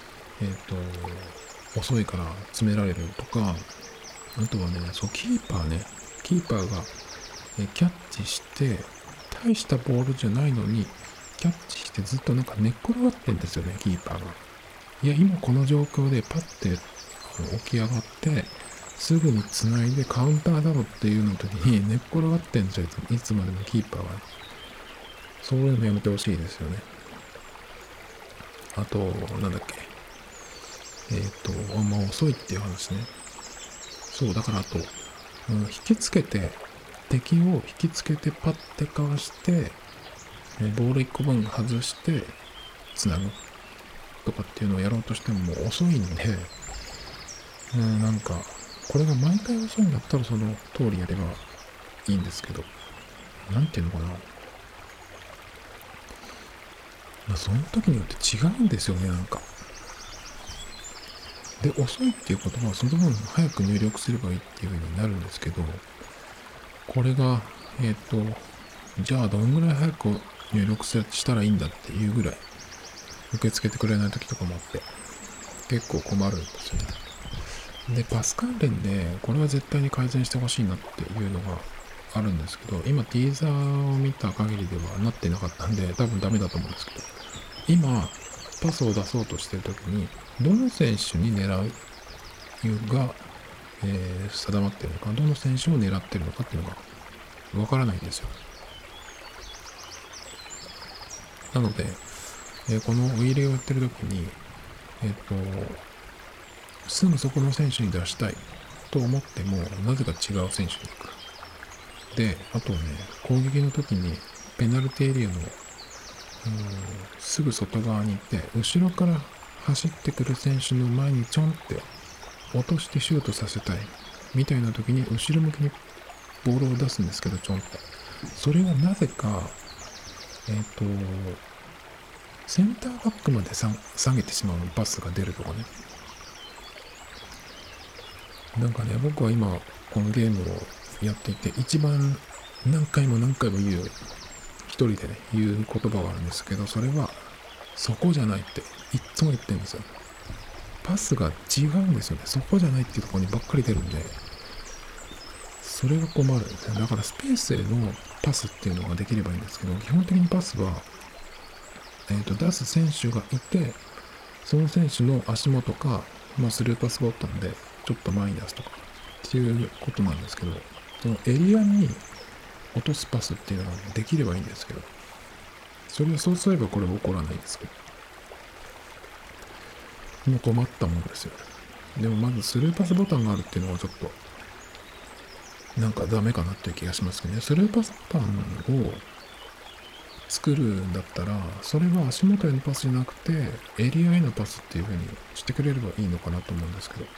遅いから詰められるとか、あとはね、キーパーがキャッチして、大したボールじゃないのにキャッチしてずっとなんか寝っ転がってんですよね、キーパーが。いや、今この状況でパッて起き上がってすぐに繋いでカウンターだろっていうの時に寝っ転がってんですよ、いつまでもキーパーは。そういうのやめてほしいですよね。あと、なんだっけ、遅いっていう話ね。そう、だからあと、引きつけて、敵を引きつけてパッてかわして、ボール1個分外して、つなぐ。 とかっていうのをやろうとしてももう遅いんで、なんか、これが毎回遅いんだったらその通りやればいいんですけど、なんていうのかな。その時によって違うんですよね、なんか。で、遅いっていうことはその分早く入力すればいいっていう風になるんですけど、これが、じゃあどんぐらい早く入力したらいいんだっていうぐらい受け付けてくれない時とかもあって、結構困るんですよね。で、パス関連で、これは絶対に改善してほしいなっていうのがあるんですけど、今ティーザーを見た限りではなってなかったんで、多分ダメだと思うんですけど、今、パスを出そうとしてる時に、どの選手に狙うが、定まっているのか、どの選手を狙っているのかっていうのがわからないんですよ。なので、このウィーレをやってる時に、すぐそこの選手に出したいと思っても、なぜか違う選手に行く。で、あとね、攻撃の時にペナルティエリアのすぐ外側に行って、後ろから走ってくる選手の前にちょんって落としてシュートさせたいみたいな時に後ろ向きにボールを出すんですけど、ちょんって。それがなぜか、センターバックまで下げてしまうパスが出るとかね。なんかね、僕は今、このゲームをやっていて、一番何回も言う、一人でね、言う言葉があるんですけど、それは、そこじゃないって、いっつも言ってるんですよ。パスが違うんですよね。そこじゃないっていうところにばっかり出るんで、それが困るんですよ。だからスペースへのパスっていうのができればいいんですけど、基本的にパスは、出す選手がいて、その選手の足元か、スルーパスボタンでちょっと前に出すとかっていうことなんですけど、そのエリアに落とすパスっていうのができればいいんですけど、それをそうすればこれは起こらないんですけど、もう困ったもんですよね。でもまずスルーパスボタンがあるっていうのはちょっと、なんかダメかなっていう気がしますけどね。スルーパスボタンを作るんだったら、それは足元へのパスじゃなくて、エリアへのパスっていう風にしてくれればいいのかなと思うんですけど。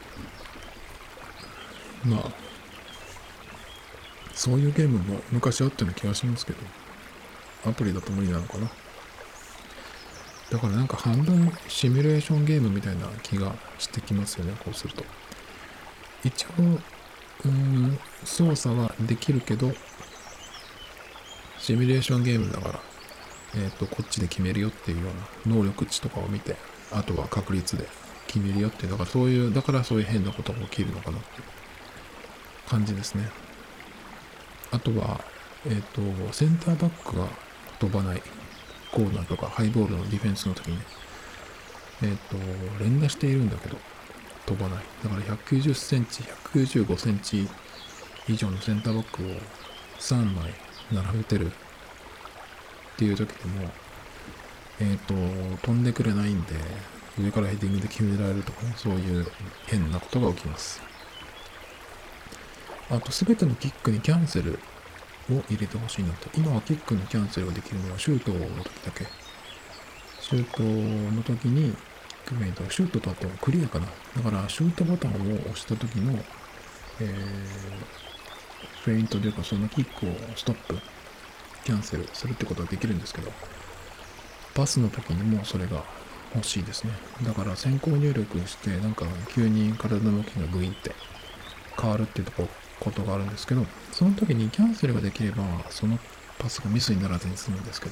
そういうゲームも昔あったような気がしますけど、アプリだと無理なのかな。だからなんか半分シミュレーションゲームみたいな気がしてきますよね、こうすると。一応、操作はできるけど、シミュレーションゲームだから、こっちで決めるよっていうような能力値とかを見て、あとは確率で決めるよっていう、だからそういう変なことが起きるのかなっていう感じですね。あとは、センターバックが飛ばない、コーナーとかハイボールのディフェンスの時に、連打しているんだけど、飛ばない。だから190センチ、195センチ以上のセンターバックを3枚並べてるっていう時でも、飛んでくれないんで、上からヘディングで決められるとかね、そういう変なことが起きます。あと、すべてのキックにキャンセルを入れてほしいなと。今はキックのキャンセルができるのはシュートの時だけ。シュートの時に、シュートとあとクリアかな。だから、シュートボタンを押した時の、フェイントというか、そのキックをストップ、キャンセルするってことができるんですけど、パスの時にもそれが欲しいですね。だから先行入力して、なんか急に体の動きがグインって変わるっていうことがあるんですけど、その時にキャンセルができれば、そのパスがミスにならずに済むんですけど。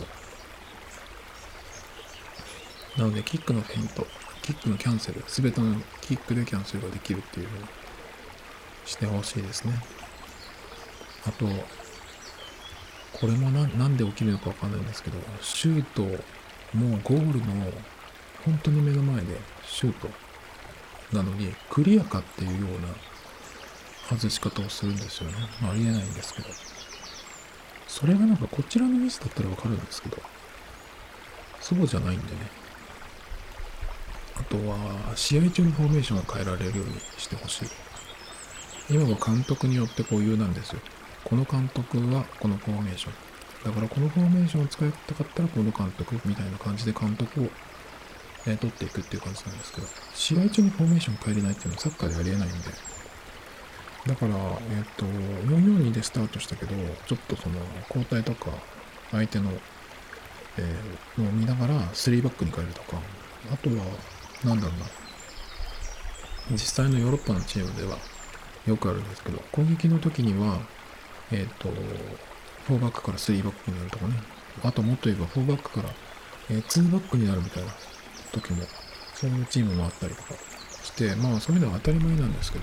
なので、キックのフェイント、キックのキャンセル、すべてのキックでキャンセルができるっていう風にしてほしいですね。あと、これもなんで起きるのかわかんないんですけど、シュート、もうゴールの本当に目の前でシュートなのにクリアかっていうような外し方をするんですよね。ありえないんですけど。それがなんかこちらのミスだったらわかるんですけど、そうじゃないんでね。あとは、試合中にフォーメーションが変えられるようにしてほしい。今は監督によって固有なんですよ。この監督はこのフォーメーション。だからこのフォーメーションを使いたかったらこの監督みたいな感じで監督を取っていくっていう感じなんですけど、試合中にフォーメーション変えれないっていうのはサッカーでありえないんで、だから、442でスタートしたけど、ちょっとその交代とか、相手の、のを見ながら3バックに変えるとか、あとは、なんだろうな、実際のヨーロッパのチームではよくあるんですけど、攻撃の時には、4バックから3バックになるとかね、あともっと言えば4バックから、2バックになるみたいな時も、そういうチームもあったりとかして、まあそういうのは当たり前なんですけど、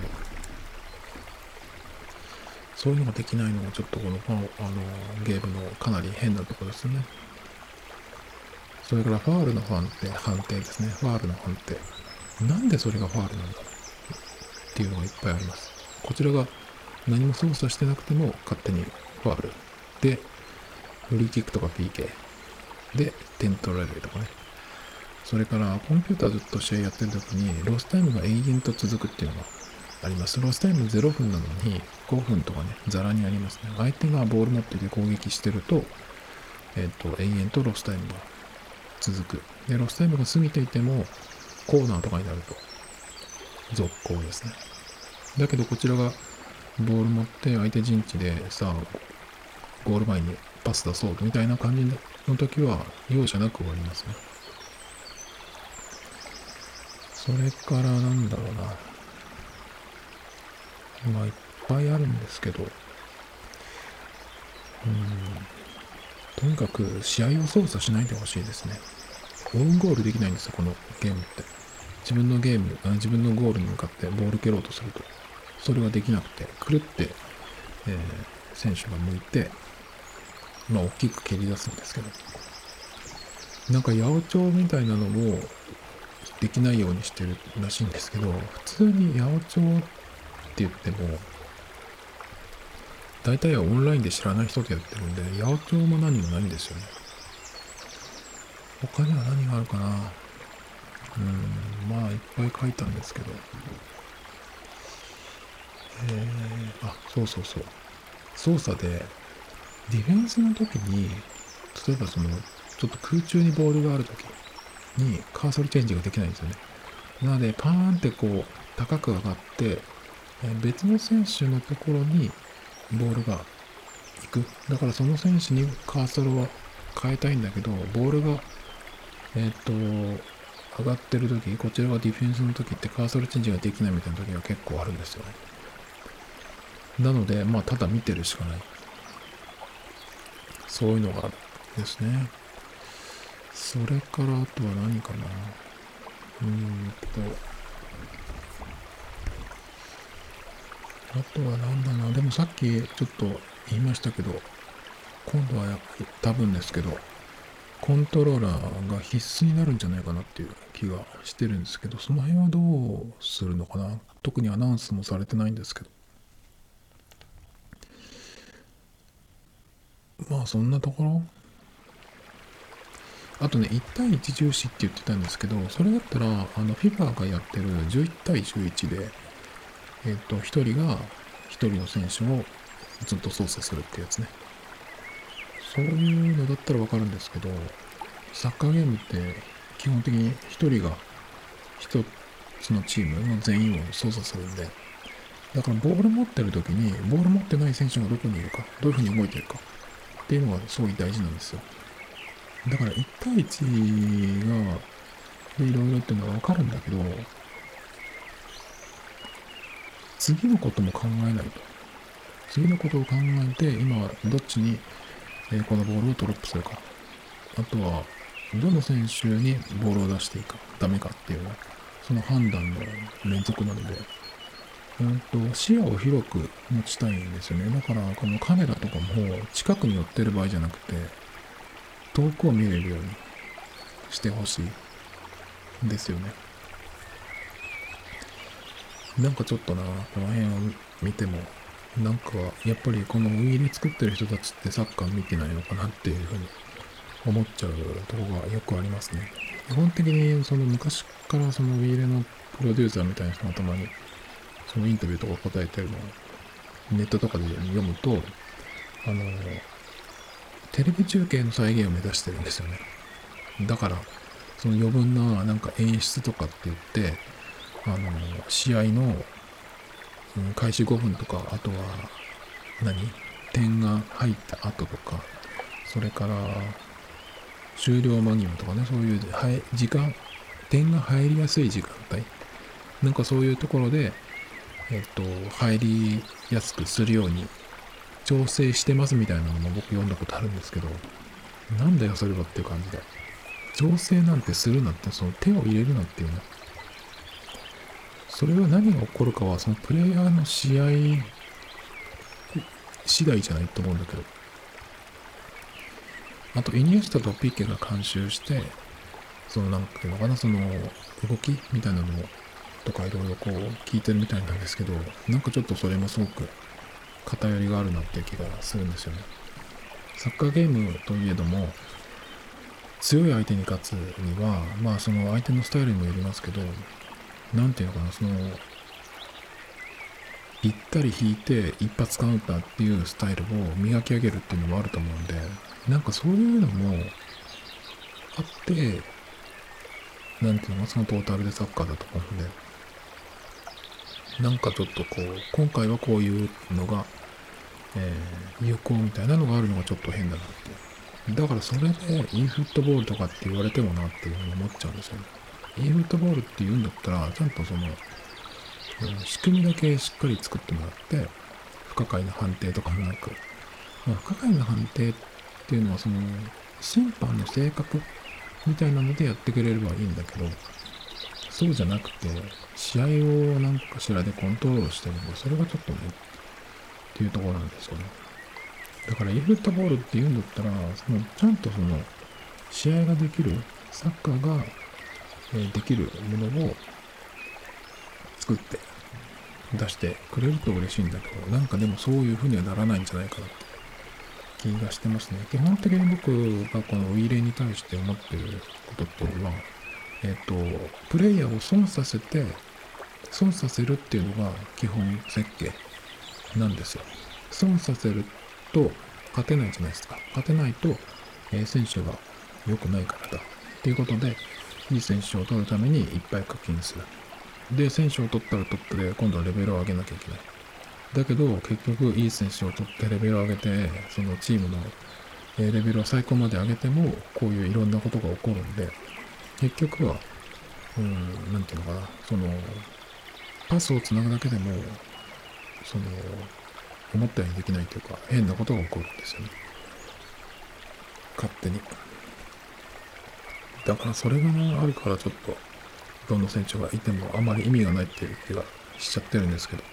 そういうのができないのがちょっとこのゲームのかなり変なところですよね。それからファールの判定ですね。ファールの判定。なんでそれがファールなんだっていうのがいっぱいあります。こちらが何も操作してなくても勝手にファール。で、フリーキックとか PK。で、点取られるとかね。それからコンピューターずっと試合やってる時にロスタイムが永遠と続くっていうのがあります。ロスタイム0分なのに5分とかね、ザラにありますね。相手がボール持ってて攻撃してると、永遠とロスタイムが続く。で、ロスタイムが過ぎていても、コーナーとかになると、続行ですね。だけどこちらがボール持って相手陣地でさあ、ゴール前にパス出そうみたいな感じの時は容赦なく終わりますね。それからなんだろうな。まあいっぱいあるんですけど、とにかく試合を操作しないでほしいですね。オウンゴールできないんですよ、このゲームって。自分のゴールに向かってボール蹴ろうとすると、それができなくて、くるって、選手が向いて、まあ大きく蹴り出すんですけど、なんか八百長みたいなのもできないようにしてるらしいんですけど、普通に八百長って言っても、大体はオンラインで知らない人とやってるんで、八百長も何もないんですよね。他には何があるかな。まあいっぱい書いたんですけど。そうそうそう。操作で、ディフェンスの時に、例えばその、ちょっと空中にボールがある時にカーソルチェンジができないんですよね。なので、パーンってこう、高く上がって、別の選手のところにボールが行く。だからその選手にカーソルは変えたいんだけど、ボールが、上がってる時、こちらがディフェンスの時ってカーソルチェンジができないみたいな時が結構あるんですよね。なので、まあ、ただ見てるしかない。そういうのがあるんですね。それからあとは何かな。あとは何だな。でもさっきちょっと言いましたけど、今度はやっぱり多分ですけど、コントローラーが必須になるんじゃないかなっていう気がしてるんですけど、その辺はどうするのかな。特にアナウンスもされてないんですけど。まあそんなところ。あとね、1対1重視って言ってたんですけど、それだったら、FIFA がやってる11対11で、1人が1人の選手をずっと操作するってやつね。そういうのだったらわかるんですけど、サッカーゲームって基本的に1人が1つのチームの全員を操作するんで、だからボール持ってる時に、ボール持ってない選手がどこにいるか、どういうふうに動いてるかっていうのがすごい大事なんですよ。だから1対1が、でいろいろっていうのはわかるんだけど、次のことも考えないと。次のことを考えて、今はどっちに、このボールをドロップするか。あとは、どの選手にボールを出していいか、ダメかっていうのは、その判断の連続なので、視野を広く持ちたいんですよね。だから、このカメラとかも近くに寄ってる場合じゃなくて、遠くを見れるようにしてほしいんですよね。なんかちょっとな、この辺を見ても、なんかやっぱりこのウィーレ作ってる人たちってサッカー見てないのかなっていうふうに思っちゃうところがよくありますね。基本的にその昔からそのウィーレのプロデューサーみたいな人がたまにそのインタビューとか答えてるのをネットとかで読むと、テレビ中継の再現を目指してるんですよね。だから、 その余分ななんか演出とかって言って、試合の、開始5分とか、あとは点が入った後とか、それから終了間際とかね、そういう時間、点が入りやすい時間帯、なんかそういうところで、入りやすくするように調整してますみたいなのも僕読んだことあるんですけど、なんだよそれはっていう感じで。調整なんてするなって、その手を入れるなっていうね。それは何が起こるかは、そのプレイヤーの試合次第じゃないと思うんだけど。あと、イニエスタとピケが監修して、そのなんていうのかな、その動きみたいなのも、とかいろいろこう聞いてるみたいなんですけど、なんかちょっとそれもすごく偏りがあるなっていう気がするんですよね。サッカーゲームといえども、強い相手に勝つには、まあその相手のスタイルにもよりますけど、なんていうのかな、その、行ったり引いて一発カウンターっていうスタイルを磨き上げるっていうのもあると思うんで、なんかそういうのもあって、なんていうのか、そのトータルでサッカーだと思うんで、なんかちょっとこう、今回はこういうのが、有効みたいなのがあるのがちょっと変だなっていう。だからそれで e フットボールとかって言われてもなっていうふうに思っちゃうんですよね。e フットボールって言うんだったら、ちゃんとその、仕組みだけしっかり作ってもらって、不可解な判定とかもなく、まあ、不可解な判定っていうのはその、審判の性格みたいなのでやってくれればいいんだけど、そうじゃなくて、試合をなんかしらでコントロールしてるんで、それがちょっとね、っていうところなんですよね。だから e フットボールって言うんだったら、そのちゃんとその、試合ができる、サッカーが、できるものを作って出してくれると嬉しいんだけど、なんかでもそういう風にはならないんじゃないかなって気がしてますね。基本的に僕がこのウィーレンに対して思ってることっていうのは、プレイヤーを損させるっていうのが基本設計なんですよ。損させると勝てないじゃないですか。勝てないと、選手が良くないからだ。っていうことで、いい選手を取るためにいっぱい課金する。で、選手を取ったら取って、今度はレベルを上げなきゃいけない。だけど、結局、いい選手を取ってレベルを上げて、そのチームのレベルを最高まで上げても、こういういろんなことが起こるんで、結局は、なんていうのかな、その、パスをつなぐだけでも、その、思ったようにできないというか、変なことが起こるんですよね。勝手に。だからそれがあるからちょっと、どの選手がいてもあまり意味がないっていう気がしちゃってるんですけど。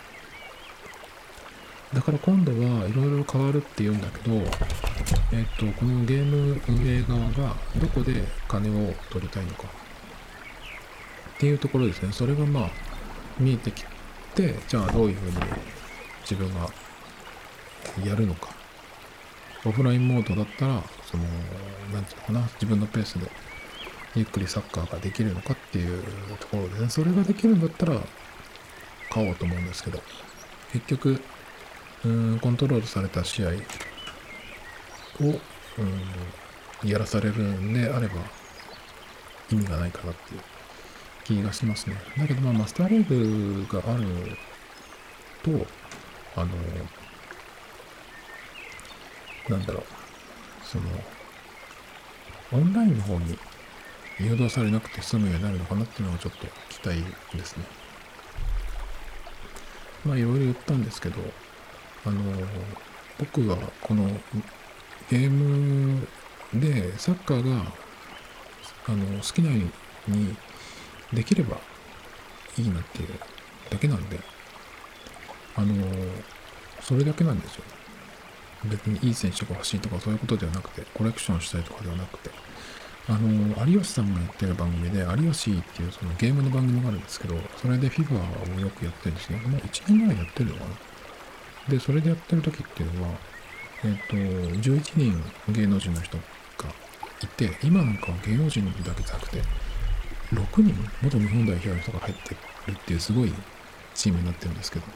だから今度はいろいろ変わるって言うんだけど、このゲーム運営側がどこで金を取りたいのかっていうところですね。それがまあ見えてきて、じゃあどういうふうに自分がやるのか。オフラインモードだったら、その、なんていうのかな、自分のペースでゆっくりサッカーができるのかっていうところでね、それができるんだったら買おうと思うんですけど、結局、コントロールされた試合を、やらされるんであれば意味がないかなっていう気がしますね。だけどまあマスターリーグがあると、なんだろう、その、オンラインの方に誘導されなくて済むようになるのかなっていうのがちょっと期待ですね。まあいろいろ言ったんですけど、僕はこのゲームでサッカーが好きなようにできればいいなっていうだけなんで、それだけなんですよ。別にいい選手が欲しいとかそういうことではなくて、コレクションしたいとかではなくて、有吉さんがやってる番組で、有吉っていうそのゲームの番組があるんですけど、それで FIFA をよくやってるんですね。もう1年ぐらいやってるのかな。で、それでやってる時っていうのは、11人芸能人の人がいて、今なんかは芸能人だけじゃなくて、6人元日本代表の人が入ってるっていうすごいチームになってるんですけど、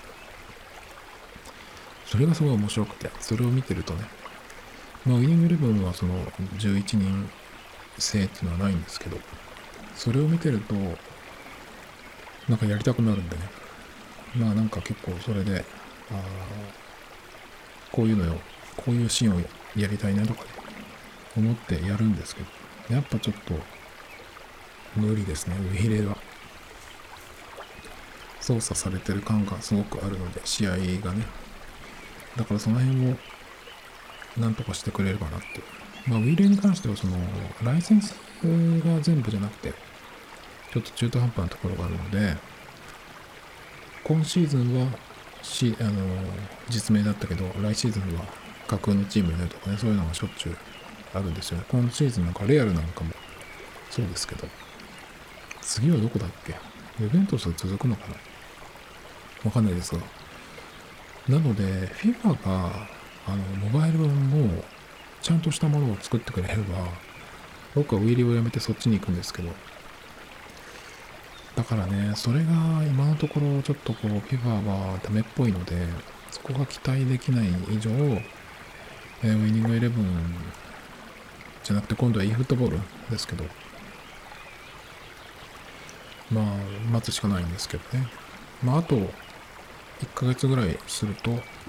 それがすごい面白くて、それを見てるとね、まあ、ウィニングイレブンはその11人制っていうのはないんですけど、 それを見てるとなんかやりたくなるんでね、まあなんか結構それでこういうシーンをやりたいなとかね思ってやるんですけど、やっぱちょっと無理ですね。ウイイレは操作されてる感がすごくあるので、試合がね、だからその辺をなんとかしてくれればなって。まあウイイレに関してはそのライセンスが全部じゃなくてちょっと中途半端なところがあるので、今シーズンは実名だったけど、来シーズンは架空のチームになるとかね、そういうのがしょっちゅうあるんですよね。今シーズンなんかレアルなんかもそうですけど、次はどこだっけ？ユベントスが続くのかな？わかんないですが。なので、FIFA がモバイル版もちゃんとしたものを作ってくれれば、僕はウィリをやめてそっちに行くんですけど、だからね、それが今のところちょっとこう FIFA はダメっぽいので、そこが期待できない以上、ウイニングイレブンじゃなくて今度は e フットボールですけど、まあ待つしかないんですけどね。まああと1ヶ月ぐらいすると、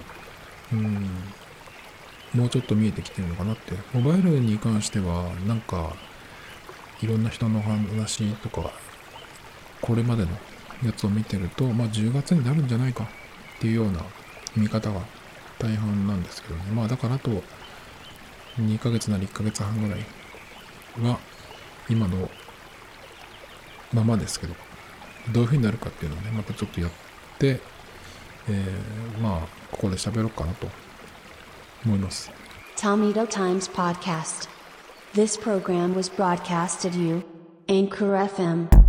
もうちょっと見えてきてるのかなって。モバイルに関してはなんかいろんな人の話とかこれまでのやつを見てると、まあ10月になるんじゃないかっていうような見方が大半なんですけどね。まあだからあと2ヶ月なり1ヶ月半ぐらいは今のままですけど、どういう風になるかっていうのをね、またちょっとやって、まあここで喋ろうかなと思います。 Tomito Times Podcast. This program was broadcasted you, Anchor FM.